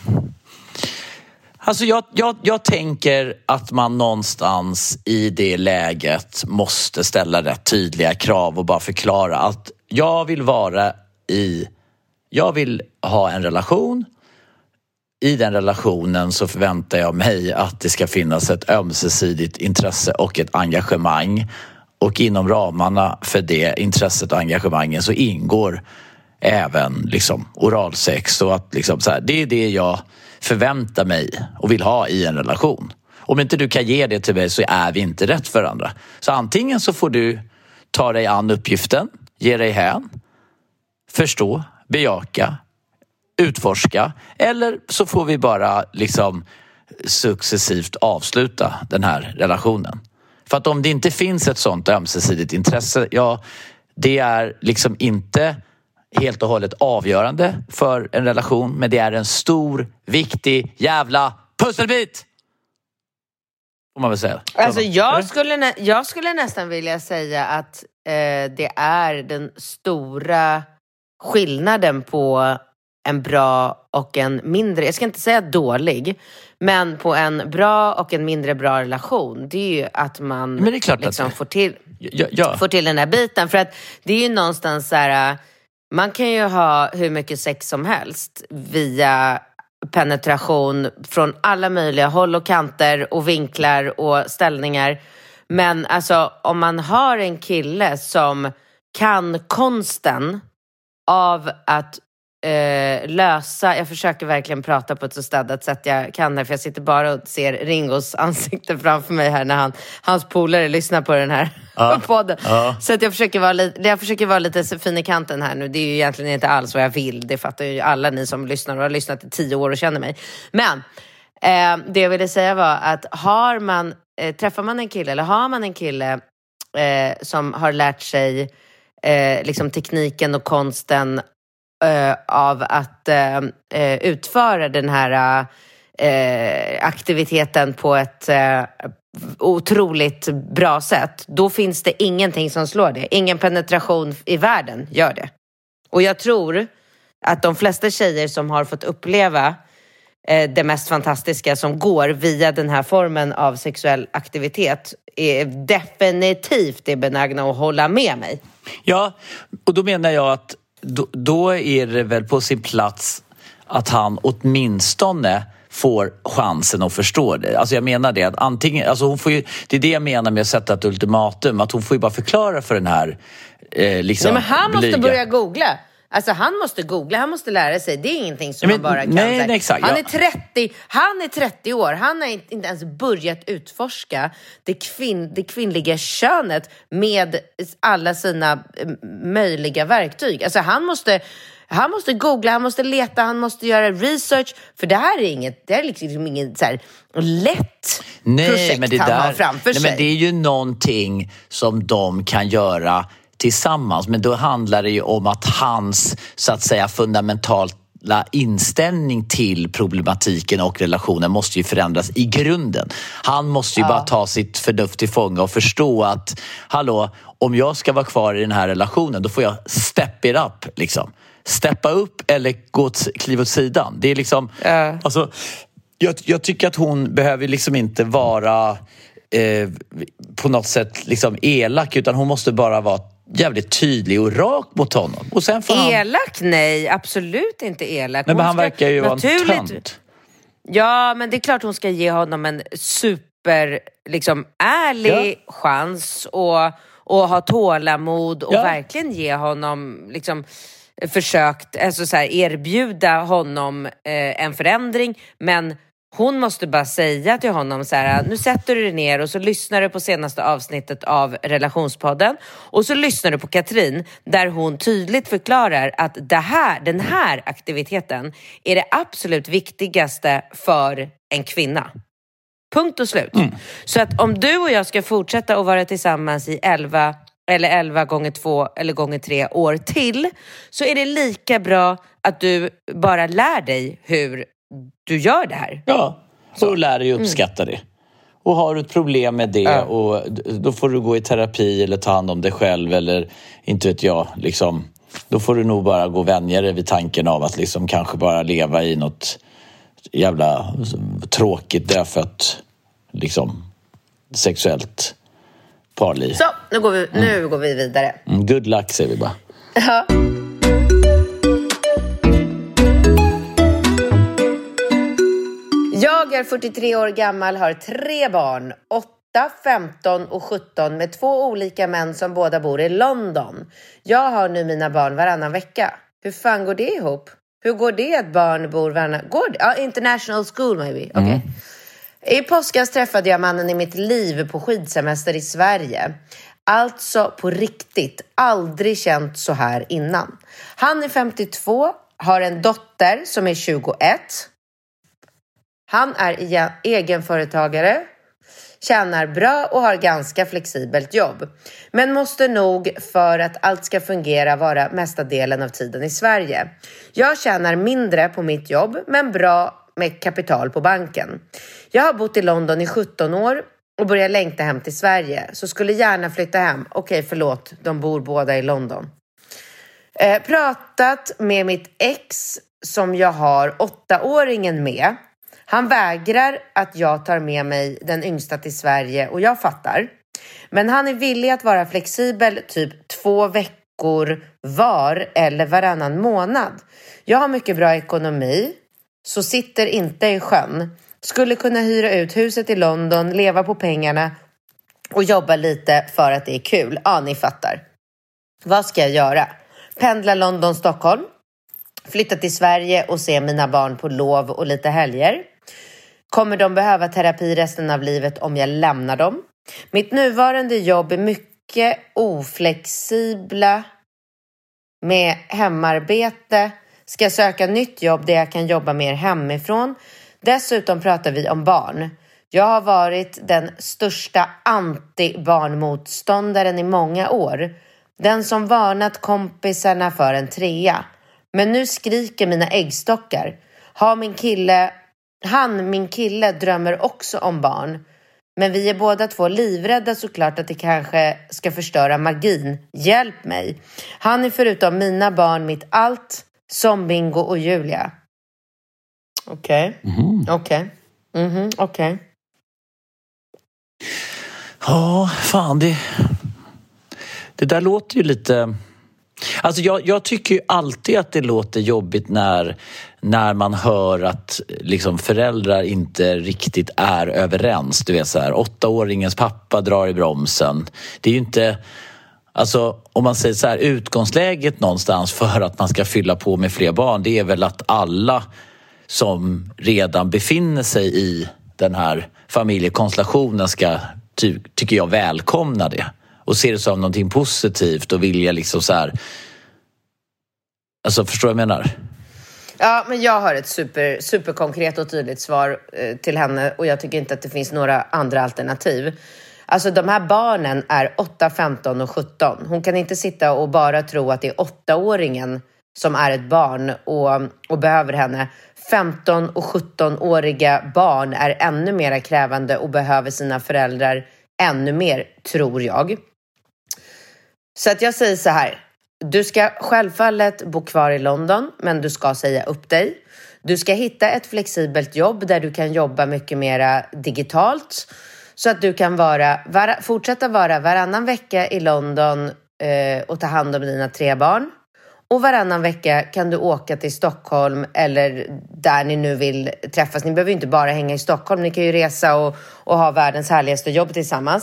Alltså jag, jag, jag tänker att man någonstans i det läget måste ställa rätt tydliga krav och bara förklara att jag vill vara i... Jag vill ha en relation. I den relationen så förväntar jag mig att det ska finnas ett ömsesidigt intresse och ett engagemang. Och inom ramarna för det intresset och engagemangen så ingår även liksom oralsex. Och att liksom så här, det är det jag förväntar mig och vill ha i en relation. Om inte du kan ge det till mig så är vi inte rätt för varandra. Så antingen så får du ta dig an uppgiften, ge dig hän, förstå, bejaka, utforska, eller så får vi bara liksom successivt avsluta den här relationen. För att om det inte finns ett sånt ömsesidigt intresse, ja, det är liksom inte helt och hållet avgörande för en relation, men det är en stor, viktig jävla pusselbit. Får man väl säga. Alltså jag skulle, nä- jag skulle nästan vilja säga att eh, det är den stora skillnaden på en bra och en mindre, jag ska inte säga dålig, men på en bra och en mindre bra relation, det är ju att man men det är klart liksom att... får, till, ja, ja. får till den här biten. För att det är ju någonstans så här, man kan ju ha hur mycket sex som helst via penetration från alla möjliga håll och kanter och vinklar och ställningar. Men alltså om man har en kille som kan konsten av att eh, lösa, jag försöker verkligen prata på ett så städat sätt jag kan här, för jag sitter bara och ser Ringos ansikte framför mig här när han, hans polare lyssnar på den här ja. podden. Ja. Så att jag försöker vara lite, jag försöker vara lite fin i kanten här nu. Det är ju egentligen inte alls vad jag vill. Det fattar ju alla ni som lyssnar och har lyssnat i tio år och känner mig. Men eh, det jag ville säga var att har man, eh, träffar man en kille eller har man en kille eh, som har lärt sig eh, liksom tekniken och konsten Uh, av att uh, uh, utföra den här uh, aktiviteten på ett uh, otroligt bra sätt, då finns det ingenting som slår det. Ingen penetration i världen gör det. Och jag tror att de flesta tjejer som har fått uppleva uh, det mest fantastiska som går via den här formen av sexuell aktivitet är definitivt är benägna att hålla med mig. Ja, och då menar jag att Då, då är det väl på sin plats att han åtminstone får chansen att förstå det. Alltså jag menar det att antingen, alltså hon får ju, det är det jag menar med att sätta ett ultimatum, att hon får ju bara förklara för den här eh, liksom nej, men han blyga. måste börja googla. Alltså han måste googla, han måste lära sig. Det är ingenting som men, man bara kan. Nej, nej, exakt, han, ja. är trettio, han är trettio år, han har inte ens börjat utforska det, kvinn, det kvinnliga könet med alla sina möjliga verktyg. Alltså han måste, han måste googla, han måste leta, han måste göra research. För det här är inget, det är liksom inget så här lätt nej, projekt men det han där, har framför nej, sig. Men det är ju någonting som de kan göra tillsammans, men då handlar det ju om att hans, så att säga, fundamentala inställning till problematiken och relationen måste ju förändras i grunden. Han måste ju ja. bara ta sitt förnuft till fånga och förstå att, hallå, om jag ska vara kvar i den här relationen, då får jag step it up, liksom. Steppa upp eller gå t- kliva åt sidan. Det är liksom, ja. alltså, jag, jag tycker att hon behöver liksom inte vara eh, på något sätt liksom elak, utan hon måste bara vara jävligt tydlig och rak mot honom. Och sen får elak? Han... Nej, absolut inte elak. Nej, men han verkar ju naturligt... vara en tönt. Ja, men det är klart hon ska ge honom en super liksom ärlig ja. chans och, och ha tålamod och Ja. verkligen ge honom liksom försökt, alltså så här, erbjuda honom eh, en förändring, men hon måste bara säga till honom så här: nu sätter du dig ner och så lyssnar du på senaste avsnittet av Relationspodden och så lyssnar du på Katrin där hon tydligt förklarar att det här, den här aktiviteten är det absolut viktigaste för en kvinna. Punkt och slut. Mm. Så att om du och jag ska fortsätta att vara tillsammans i elva eller elva gånger två eller gånger tre år till, så är det lika bra att du bara lär dig hur du gör det här. Ja, och lär dig uppskatta mm. det. Och har du ett problem med det ja. och då får du gå i terapi eller ta hand om dig själv eller inte vet jag, liksom, då får du nog bara gå och vänja dig vid tanken av att liksom kanske bara leva i något jävla tråkigt därfött liksom sexuellt parliv. Så, nu går vi, nu mm. går vi vidare. Mm, good luck säger vi bara. Ja. Jag är fyrtiotre år gammal, har tre barn, åtta, femton och sjutton med två olika män som båda bor i London. Jag har nu mina barn varannan vecka. Hur fan går det ihop? Hur går det att barn bor varannan... Går det? Ja, international school maybe. Okej. Okay. Mm. I påskas träffade jag mannen i mitt liv på skidsemester i Sverige. Alltså på riktigt, aldrig känt så här innan. Han är femtiotvå, har en dotter som är tjugoett. Han är egenföretagare, tjänar bra och har ganska flexibelt jobb. Men måste nog, för att allt ska fungera, vara mesta delen av tiden i Sverige. Jag tjänar mindre på mitt jobb, men bra med kapital på banken. Jag har bott i London i sjutton år och börjar längta hem till Sverige. Så skulle gärna flytta hem. Okej, förlåt, de bor båda i London. Eh, pratat med mitt ex som jag har åttaåringen med. Han vägrar att jag tar med mig den yngsta till Sverige och jag fattar. Men han är villig att vara flexibel typ två veckor var eller varannan månad. Jag har mycket bra ekonomi, så sitter inte i sjön. Skulle kunna hyra ut huset i London, leva på pengarna och jobba lite för att det är kul. Ja, ni fattar. Vad ska jag göra? Pendla London, Stockholm. Flytta till Sverige och se mina barn på lov och lite helger. Kommer de behöva terapi resten av livet om jag lämnar dem? Mitt nuvarande jobb är mycket oflexibla med hemarbete. Ska söka nytt jobb där jag kan jobba mer hemifrån. Dessutom pratar vi om barn. Jag har varit den största anti-barnmotståndaren i många år. Den som varnat kompisarna för en trea. Men nu skriker mina äggstockar. Har min kille, han, min kille, drömmer också om barn. Men vi är båda två livrädda såklart att det kanske ska förstöra magin. Hjälp mig. Han är förutom mina barn mitt allt, som Bingo och Julia. Okej. Okay. Mm. Okej. Okay. Mm-hmm. Okej. Okay. Ja, fan det... Det där låter ju lite... Alltså jag, jag tycker ju alltid att det låter jobbigt när, när man hör att liksom föräldrar inte riktigt är överens. Du vet så här, åttaåringens pappa drar i bromsen. Det är ju inte... Alltså om man säger så här, utgångsläget någonstans för att man ska fylla på med fler barn, det är väl att alla som redan befinner sig i den här familjekonstellationen ska, ty- tycker jag, välkomna det. Och ser det som någonting positivt och vilja liksom så här... Alltså, förstår jag vad jag menar? Ja, men jag har ett super, super konkret och tydligt svar eh, till henne. Och jag tycker inte att det finns några andra alternativ. Alltså, de här barnen är åtta, femton och sjutton. Hon kan inte sitta och bara tro att det är åttaåringen som är ett barn och, och behöver henne. femton- och sjutton-åriga barn är ännu mer krävande och behöver sina föräldrar ännu mer, tror jag. Så att jag säger så här. Du ska självfallet bo kvar i London, men du ska säga upp dig. Du ska hitta ett flexibelt jobb där du kan jobba mycket mer digitalt. Så att du kan vara, var, fortsätta vara varannan vecka i London eh, och ta hand om dina tre barn. Och varannan vecka kan du åka till Stockholm eller där ni nu vill träffas. Ni behöver inte bara hänga i Stockholm. Ni kan ju resa och, och ha världens härligaste jobb tillsammans.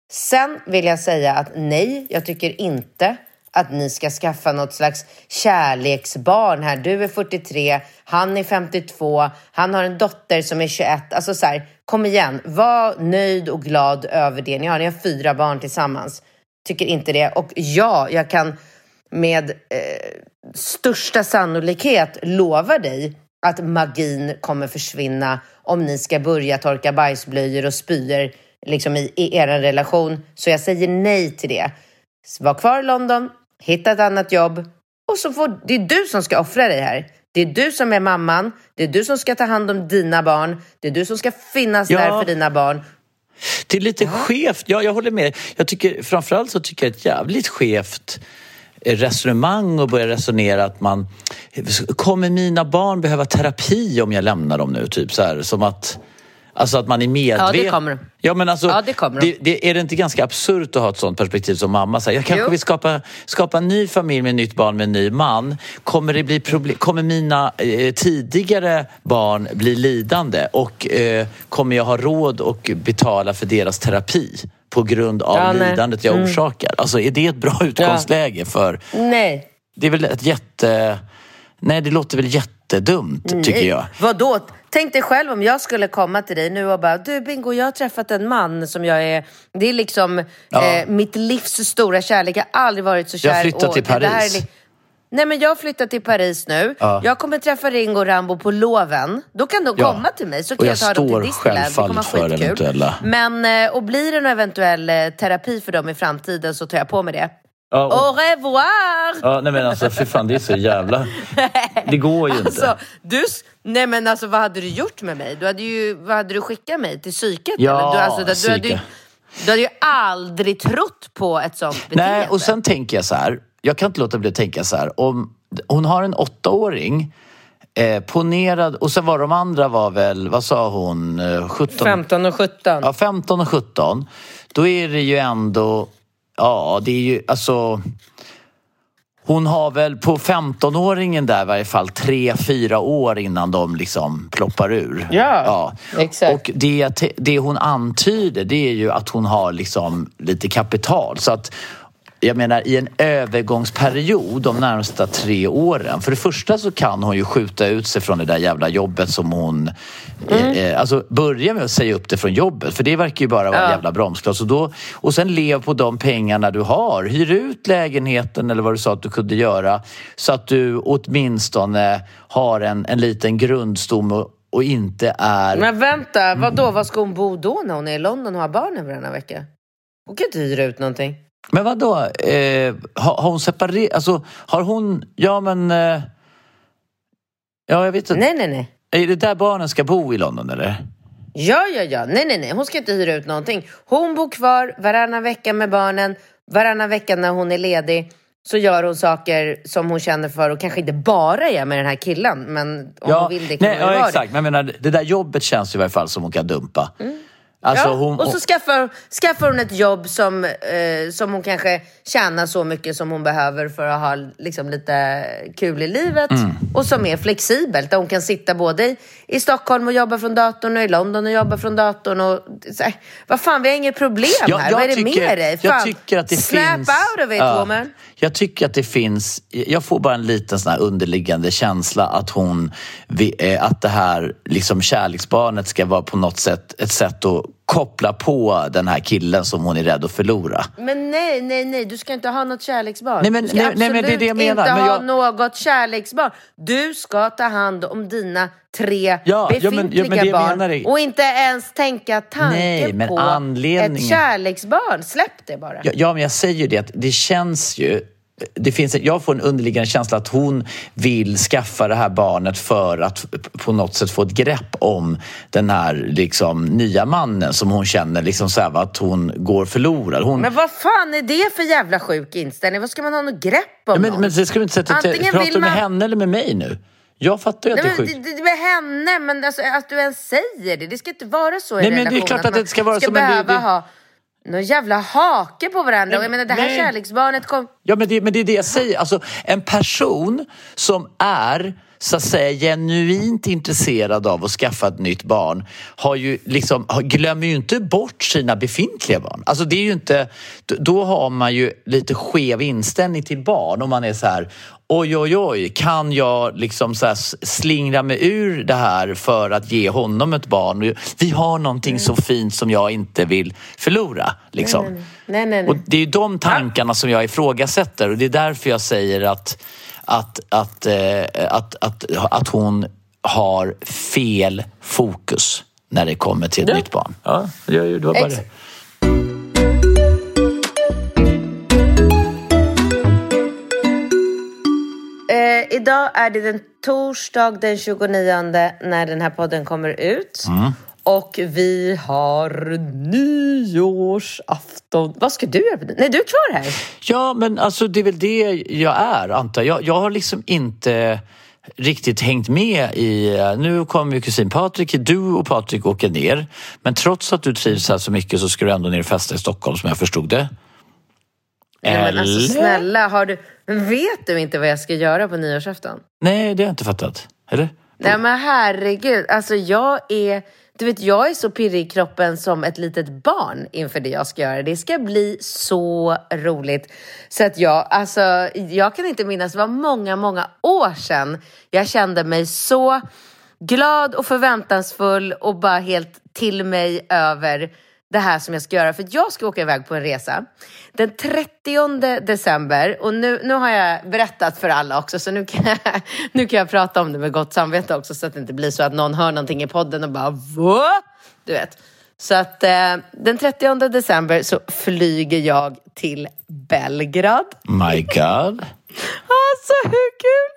Sen vill jag säga att nej, jag tycker inte att ni ska skaffa något slags kärleksbarn här. Du är fyrtiotre, han är femtiotvå, han har en dotter som är tjugoett. Alltså så här, kom igen, var nöjd och glad över det. Ni har, ni har fyra barn tillsammans. Tycker inte det. Och ja, jag kan med eh, största sannolikhet lova dig att magin kommer försvinna om ni ska börja torka bajsblöjor och spyor liksom i, i er relation. Så jag säger nej till det. Var kvar i London, hitta ett annat jobb och så får, det är du som ska offra dig här. Det är du som är mamman, det är du som ska ta hand om dina barn, det är du som ska finnas ja. där för dina barn. Det är lite ja. skevt, ja, jag håller med. Jag tycker, framförallt så tycker jag ett jävligt skevt resonemang och börja resonera att man kommer mina barn behöva terapi om jag lämnar dem nu, typ så här, som att alltså att man är medveten. Ja, det kommer de. Ja, men alltså, ja, det kommer de. det, det, är det inte ganska absurt att ha ett sånt perspektiv som mamma? Så här, jag kanske jo. vill skapa, skapa en ny familj med ett nytt barn med en ny man. Kommer det bli problem? Kommer mina eh, tidigare barn bli lidande? Och eh, kommer jag ha råd att betala för deras terapi på grund av ja, lidandet jag mm. orsakar? Alltså, är det ett bra utgångsläge för... Nej. Det är väl ett jätte... Nej, det låter väl jättedumt, tycker Nej. jag. Vadå? Tänk dig själv om jag skulle komma till dig nu och bara, du Bingo, jag har träffat en man som jag är, det är liksom ja. eh, mitt livs stora kärlek. Jag har aldrig varit så kär. Jag flyttat till Paris. Det här är, nej, men jag har flyttat till Paris nu. Ja. Jag kommer träffa Ringo och Rambo på loven. Då kan de ja. komma till mig. Så kan och jag, jag ta dem till Disneyland. Det kommer för eventuella. Men, och blir det en eventuell terapi för dem i framtiden så tar jag på mig det. Ja, och... Au revoir! Ja, nej men alltså, för fan, det är så jävla... Det går ju inte. Alltså, du... Nej men alltså, vad hade du gjort med mig? Du hade ju... Vad hade du skickat mig? Till psyket? Ja, eller? Du, alltså, du, psyke. du, hade ju, du hade ju aldrig trott på ett sånt beteende. Nej, och sen tänker jag så här. Jag kan inte låta bli att tänka så här. Om hon har en åttaåring... Eh, ponerad, och sen var de andra var väl, vad sa hon? sjutton femton och sjutton. Ja, femton och sjutton. Då är det ju ändå... Ja, det är ju, alltså... Hon har väl på femtonåringen där i varje fall tre, fyra år innan de liksom ploppar ur. Ja, ja. Exakt. Och det, det hon antyder, det är ju att hon har liksom lite kapital. Så att, jag menar, i en övergångsperiod de närmsta tre åren. För det första så kan hon ju skjuta ut sig från det där jävla jobbet som hon... Mm. Eh, alltså börja med att säga upp det från jobbet. För det verkar ju bara vara ja. en jävla bromskloss. Och, då, och sen lev på de pengarna du har. Hyr ut lägenheten eller vad du sa att du kunde göra. Så att du åtminstone har en, en liten grundstomme och, och inte är... Men vänta, vad då? Vad ska hon bo då när hon är i London och har barnen varannan vecka? Hon kan inte hyra ut någonting. Men vad då? Eh, har, har hon separerat? Alltså, har hon... Ja, men... Eh, ja, jag vet inte. Nej, nej, nej. Är det där barnen ska bo i London, eller? Ja, ja, ja. Nej, nej, nej. Hon ska inte hyra ut någonting. Hon bor kvar varannan vecka med barnen. Varannan vecka när hon är ledig så gör hon saker som hon känner för och kanske inte bara är med den här killen. Men om ja, hon vill det kan nej, hon ju ja, vara exakt. det. Men jag menar, det där jobbet känns i varje fall som hon kan dumpa. Mm. Alltså, ja, hon, och så skaffar, skaffar hon ett jobb som, eh, som hon kanske tjänar så mycket som hon behöver för att ha liksom, lite kul i livet. Mm. Och som är flexibelt. Där hon kan sitta både i, i Stockholm och jobba från datorn och i London och jobba från datorn. Och, så här, vad fan, vi har inget problem ja, här. Vad är det tycker, med dig? Fan, jag tycker att det snap finns, out of it, ja, woman. Jag tycker att det finns... Jag får bara en liten sån här underliggande känsla att hon... Att det här liksom kärleksbarnet ska vara på något sätt ett sätt att koppla på den här killen som hon är rädd att förlora. Men nej, nej, nej. Du ska inte ha något kärleksbarn. Nej, men, du ska nej, absolut nej, men det är det jag menar. inte men ha jag... något kärleksbarn. Du ska ta hand om dina tre ja, befintliga ja, men, ja, men det barn. Är... Och inte ens tänka tanken nej, men på anledningen... ett kärleksbarn. Släpp det bara. Ja, ja, men jag säger ju det att det känns ju... Det finns, jag får en underliggande känsla att hon vill skaffa det här barnet för att på något sätt få ett grepp om den här liksom, nya mannen som hon känner liksom så här, att hon går förlorad. Hon... Men vad fan är det för jävla sjuk inställning? Vad ska man ha något grepp om? Ja, men, men det ska du inte sätta till. Pratar du med man... henne eller med mig nu? Jag fattar ju att nej, det är sjukt. Det, det med henne, men alltså, att du ens säger det. Det ska inte vara så i nej, relationen. Men det är klart att det ska vara ska så. behöva Men det, det... ha någon jävla hake på varandra. Nej, och jag menar, det här nej. kärleksbarnet kom... Ja, men det, men det är det jag säger. Alltså, en person som är så att säga genuint intresserad av att skaffa ett nytt barn har ju liksom, glömmer ju inte bort sina befintliga barn. Alltså det är ju inte, då har man ju lite skev inställning till barn och man är så här: oj oj oj, kan jag liksom så här slingra mig ur det här för att ge honom ett barn? Vi har någonting mm. så fint som jag inte vill förlora liksom. Nej, nej, nej, nej. Och det är ju de tankarna som jag ifrågasätter och det är därför jag säger att Att, att, eh, att, att, att hon har fel fokus när det kommer till ett ja. nytt barn. Ja, det var bara Ex- det. Eh, idag är det den torsdag den tjugonionde när den här podden kommer ut. Mm. Och vi har nyårsafton. Vad ska du göra? Nej, du är kvar här. Ja, men alltså det är väl det jag är, antar jag. Jag har liksom inte riktigt hängt med i... Nu kommer ju kusin Patrik. Du och Patrik åker ner. Men trots att du trivs här så mycket så ska du ändå ner och festa i Stockholm, som jag förstod det. Eller? Nej, men alltså snälla, har du... vet du inte vad jag ska göra på nyårsafton? Nej, det har jag inte fattat. Eller? Nej, men herregud. Alltså jag är... Du vet, jag är så pirrig i kroppen som ett litet barn inför det jag ska göra. Det ska bli så roligt. Så att jag, alltså, jag kan inte minnas, det var många, många år sedan jag kände mig så glad och förväntansfull och bara helt till mig över det här som jag ska göra. För jag ska åka iväg på en resa den trettionde december. Och nu, nu har jag berättat för alla också. Så nu kan, jag, nu kan jag prata om det med gott samvete också. Så att det inte blir så att någon hör någonting i podden och bara vad? Du vet. Så att eh, den trettionde december så flyger jag till Belgrad. My God. Alltså hur kul?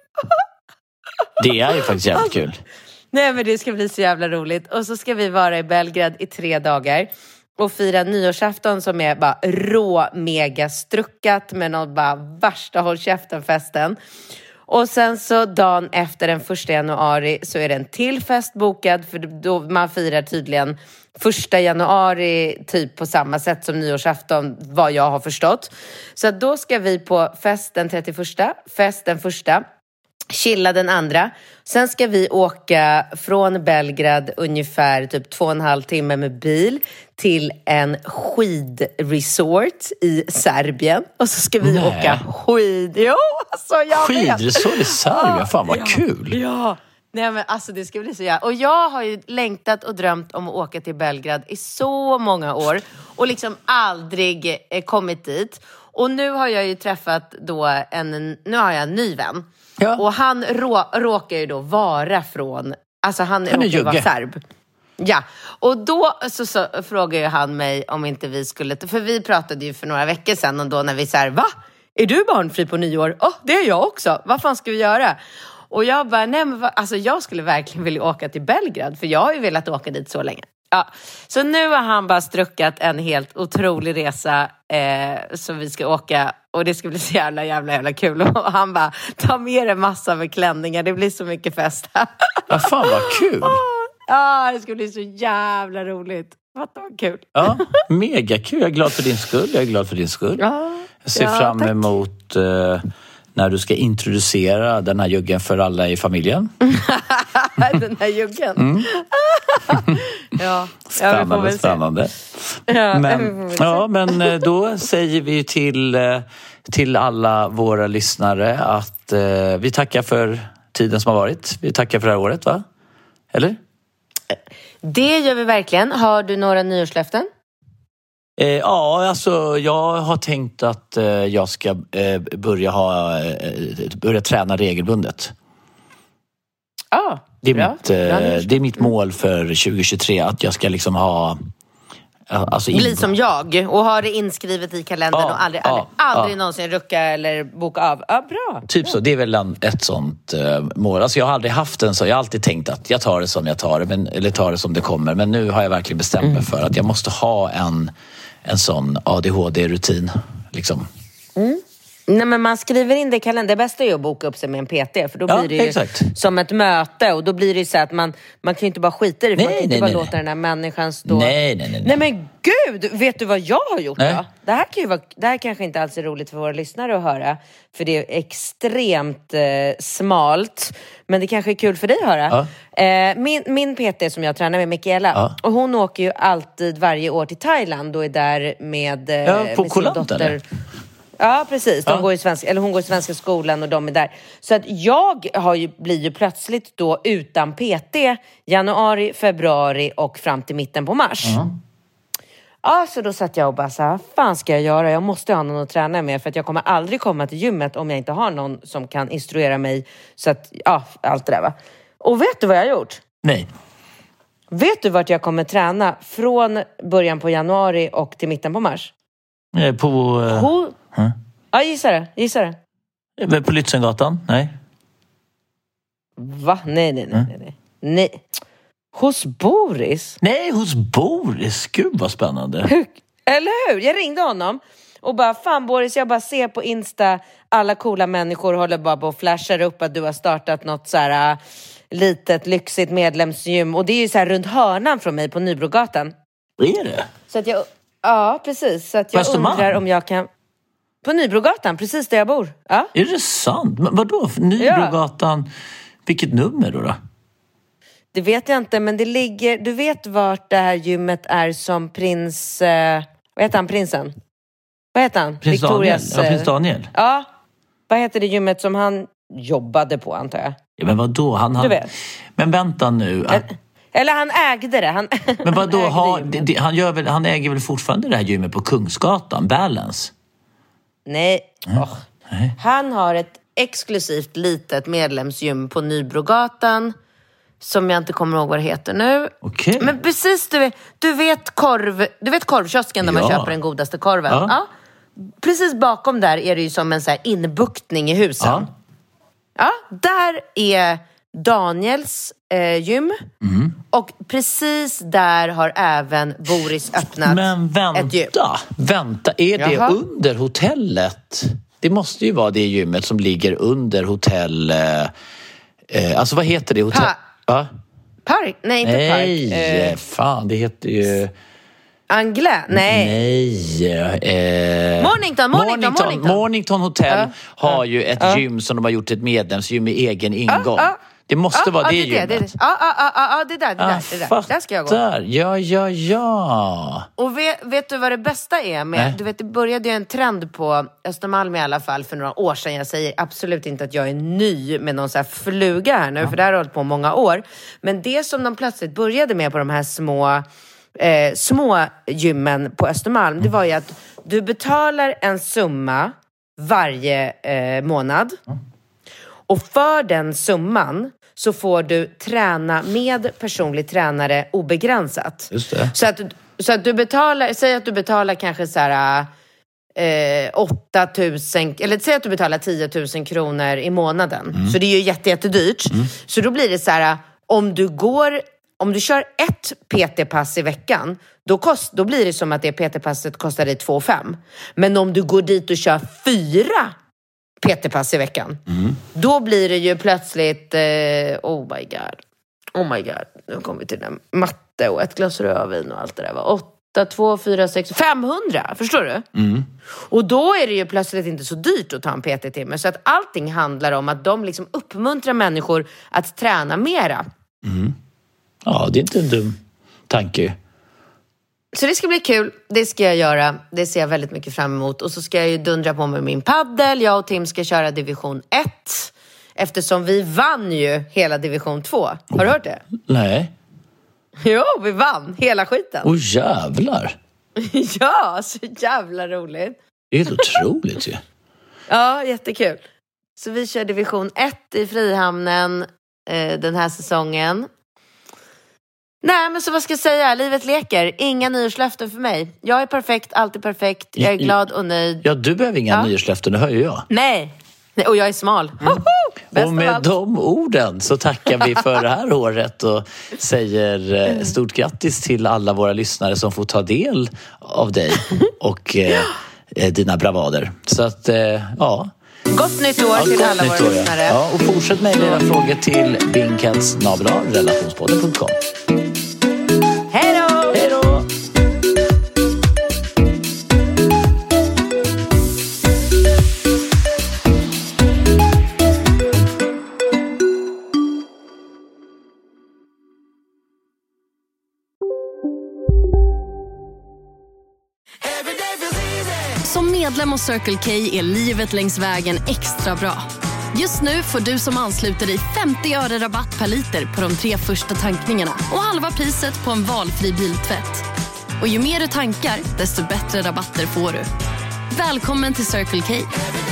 Det är ju faktiskt jävligt alltså, kul. Nej, men det ska bli så jävla roligt. Och så ska vi vara i Belgrad i tre dagar. Och fira nyårsafton som är bara rå mega struckat med någon bara värsta håll käften-festen. Och sen så dagen efter den första januari så är det en till fest bokad. För då man firar tydligen första januari typ på samma sätt som nyårsafton, vad jag har förstått. Så då ska vi på fest den trettioförsta, fest den första. Chilla den andra. Sen ska vi åka från Belgrad ungefär typ två och en halv timme med bil till en skidresort i Serbien. Och så ska vi Nej. åka skid. Jo, alltså jag Skidresort i Serbien, fan vad ja, kul. Ja, nej men alltså det ska bli så jävla... Och jag har ju längtat och drömt om att åka till Belgrad i så många år. Och liksom aldrig eh, kommit dit. Och nu har jag ju träffat då en... Nu har jag en ny vän. Ja. Och han rå, råkar ju då vara från... Alltså han, han råkar vara serb. Ja, och då så, så frågade ju han mig om inte vi skulle... För vi pratade ju för några veckor sedan och då när vi så här, va? Är du barnfri på nyår? Ja, oh, det är jag också. Vad fan ska vi göra? Och jag bara, nej men va? Alltså jag skulle verkligen vilja åka till Belgrad. För jag har ju velat åka dit så länge. Ja, så nu har han bara struckat en helt otrolig resa eh, som vi ska åka. Och det ska bli så jävla, jävla, jävla kul. Och han bara, ta med en massa med klänningar. Det blir så mycket fest. Ja, fan vad kul. Ja, det ska bli så jävla roligt. Vad kul. Ja, mega kul. Jag är glad för din skull. Jag är glad för din skull. Ja, jag ser ja, fram tack. emot eh, när du ska introducera den här juggen för alla i familjen. Den här juggen? Mm. Ja, spännande, ja, spännande. Ja, men, ja, men då säger vi till, till alla våra lyssnare att eh, vi tackar för tiden som har varit. Vi tackar för det här året, va? Eller? Det gör vi verkligen. Har du några nyårslöften? Eh, ja, alltså jag har tänkt att eh, jag ska eh, börja, ha, eh, börja träna regelbundet. Ah, det, är bra. mitt, eh, det är mitt mål för tjugo tjugotre, att jag ska liksom ha... Alltså bli som jag och ha det inskrivet i kalendern ja, och aldrig, aldrig, ja, aldrig ja. någonsin rucka eller boka av. Ja, bra. Typ så, det är väl en, ett sånt uh, mål. Alltså jag har aldrig haft en så, jag har alltid tänkt att jag tar det som jag tar det, men, eller tar det som det kommer. Men nu har jag verkligen bestämt mig mm. för att jag måste ha en, en sån A D H D-rutin. Liksom. Mm. Nej, men man skriver in det i kalendern. Det bästa är ju att boka upp sig med en P T. För då Ja, blir det ju exakt. som ett möte. Och då blir det ju så att man, man kan ju inte bara skita i det. Nej, Man kan ju inte nej, bara nej, låta nej. den här människan stå... Nej, nej, nej. Nej men gud, vet du vad jag har gjort Nej. då? Det här, kan ju vara, det här kanske inte alls är roligt för våra lyssnare att höra. För det är extremt eh, smalt. Men det kanske är kul för dig att höra. Ja. Eh, min, min P T som jag tränar med, Mikaela. Ja. Och hon åker ju alltid varje år till Thailand och är där med, eh, Ja, på med sin Koh Lanta, dotter. eller? Ja, precis. De Ja. går i svenska, eller hon går i svenska skolan och de är där. Så att jag har ju, blir ju plötsligt då utan P T januari, februari och fram till mitten på mars. Mm. Ja, så då satt jag och bara så här, vad fan ska jag göra? Jag måste ha någon att träna med för att jag kommer aldrig komma till gymmet om jag inte har någon som kan instruera mig. Så att, ja, allt det där va. Och vet du vad jag har gjort? Nej. Vet du vart jag kommer träna från början på januari och till mitten på mars? Eh, På... eh, Ho- Huh? Ja, gissa det, gissa det. eh, På Lützengatan? Nej. Va? Nej, nej, nej, nej, nej. Nej. Hos Boris? Nej, hos Boris. Gud vad spännande. Hur? Eller hur? Jag ringde honom och bara, fan Boris, jag bara ser på Insta alla coola människor håller bara på och flashar upp att du har startat något så här äh, litet, lyxigt medlemsgym. Och det är ju så här runt hörnan från mig på Nybrogatan. Är det? Så att jag, ja, precis. Så att jag Östermalm? undrar om jag kan... På Nybrogatan, precis där jag bor. Ja. Är det sant? Men vadå? Nybrogatan? Vilket nummer då? då? Det vet jag inte, men det ligger... Du vet vart det här gymmet är som prins... Eh, vad heter han, prinsen? Vad heter han? Prins Victorias, Daniel? Ja, prins eh, Daniel. Ja. Vad heter det gymmet som han jobbade på, antar jag? Ja, men vadå? Han, han... Du vet. Men vänta nu. Eller, eller han ägde det. Han, Men vadå? han ägde Har, gymmet. det, det, han, gör väl, han äger väl fortfarande det här gymmet på Kungsgatan? Balance? Nej. Åh. Nej. Han har ett exklusivt litet medlemsgym på Nybrogatan som jag inte kommer ihåg vad det heter nu. Okej. Men precis, du vet, du vet korv, du vet korvkiosken där man Ja. köper den godaste korven. Ja. Ja. Precis bakom där är det ju som en så här inbuktning i husen. Ja. Ja, där är Daniels eh, gym. Mm. Och precis där har även Boris öppnat Men ett gym. vänta, vänta. Är det Jaha. under hotellet? Det måste ju vara det gymmet som ligger under hotell... Eh, eh, alltså vad heter det? Hotell... Pa- Va? Park? Nej, inte Nej, park. Eh, fan det heter ju... Anglais? Nej. Nej. Eh... Mornington, Mornington, Mornington. Mornington Hotel Ja. har ju ett Ja. gym som de har gjort ett medlemsgym med egen ingång. ja. Det måste Ja, vara ja, det det, är gymmet. det, det, är det. Ja, ja, ja, ja, det där, det där, det där. Där ska jag gå. Fattar. Ja, ja, ja. Och vet, vet du vad det bästa är med? Nej. Du vet, det började ju en trend på Östermalm i alla fall för några år sedan. Jag säger absolut inte att jag är ny med någon så här fluga här nu, för det här har hållit på många år. Men det som de plötsligt började med på de här små, eh, små gymmen på Östermalm, det var ju att du betalar en summa varje eh, månad. Och för den summan så får du träna med personlig tränare obegränsat. Just det. Så att, så att du betalar, säg att du betalar kanske så här eh, åtta tusen, eller säg att du betalar tio tusen kronor i månaden. Mm. Så det är ju jätte, jättedyrt. Mm. Så då blir det så här, om du går, om du kör ett P T-pass i veckan, då, kost, då blir det som att det P T-passet kostar dig två fem. Men om du går dit och kör fyra P T-pass i veckan, mm. då blir det ju plötsligt eh, oh my god, oh my god, nu kommer vi till den matte och ett glas rödvin och allt det där var åtta, två, fyra, sex, femhundra, förstår du? Mm. Och då är det ju plötsligt inte så dyrt att ta en P T-timme, så att allting handlar om att de liksom uppmuntrar människor att träna mera. Mm. Ja, det är inte en dum tanke. Så det ska bli kul, det ska jag göra, det ser jag väldigt mycket fram emot. Och så ska jag ju dundra på med min paddel, jag och Tim ska köra division ett. Eftersom vi vann ju hela division två, har du hört det? Nej. Jo, vi vann hela skiten. Åh jävlar. Ja, så jävla roligt. Det är helt otroligt ju. Ja, jättekul. Så vi kör division ett i Frihamnen eh, den här säsongen. Nej, men så vad ska jag säga? Livet leker. Inga nyårslöften för mig. Jag är perfekt, alltid perfekt. Jag är glad och nöjd. Ja, du behöver inga ja. nyårslöften, det hör ju jag. Nej, Nej och jag är smal. Mm. Och med de orden så tackar vi för det här året och säger eh, stort grattis till alla våra lyssnare som får ta del av dig. Och eh, eh, dina bravader. Så att, eh, ja... Gott nytt år ja, till gott alla nytt våra år, lyssnare. ja. Ja, och fortsätt mejla era frågor till binkats snabel-a relationspodden punkt com. Hej då! Hej då! Som medlem hos Circle K är livet längs vägen extra bra. Just nu får du som ansluter dig femtio öre rabatt per liter på de tre första tankningarna och halva priset på en valfri biltvätt. Och ju mer du tankar, desto bättre rabatter får du. Välkommen till Circle K.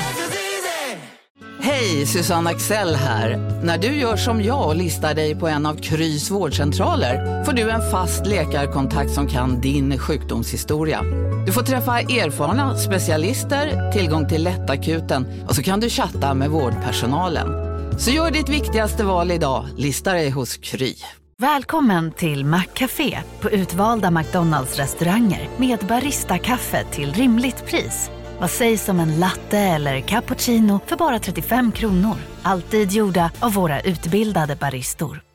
Hej, Susanne Axel här. När du gör som jag och listar dig på en av Krys vårdcentraler får du en fast läkarkontakt som kan din sjukdomshistoria. Du får träffa erfarna specialister, tillgång till lättakuten och så kan du chatta med vårdpersonalen. Så gör ditt viktigaste val idag, lista dig hos Kry. Välkommen till Maccafé på utvalda McDonalds-restauranger med Barista-kaffe till rimligt pris. Vad sägs om en latte eller cappuccino för bara trettiofem kronor? Alltid gjorda av våra utbildade baristor.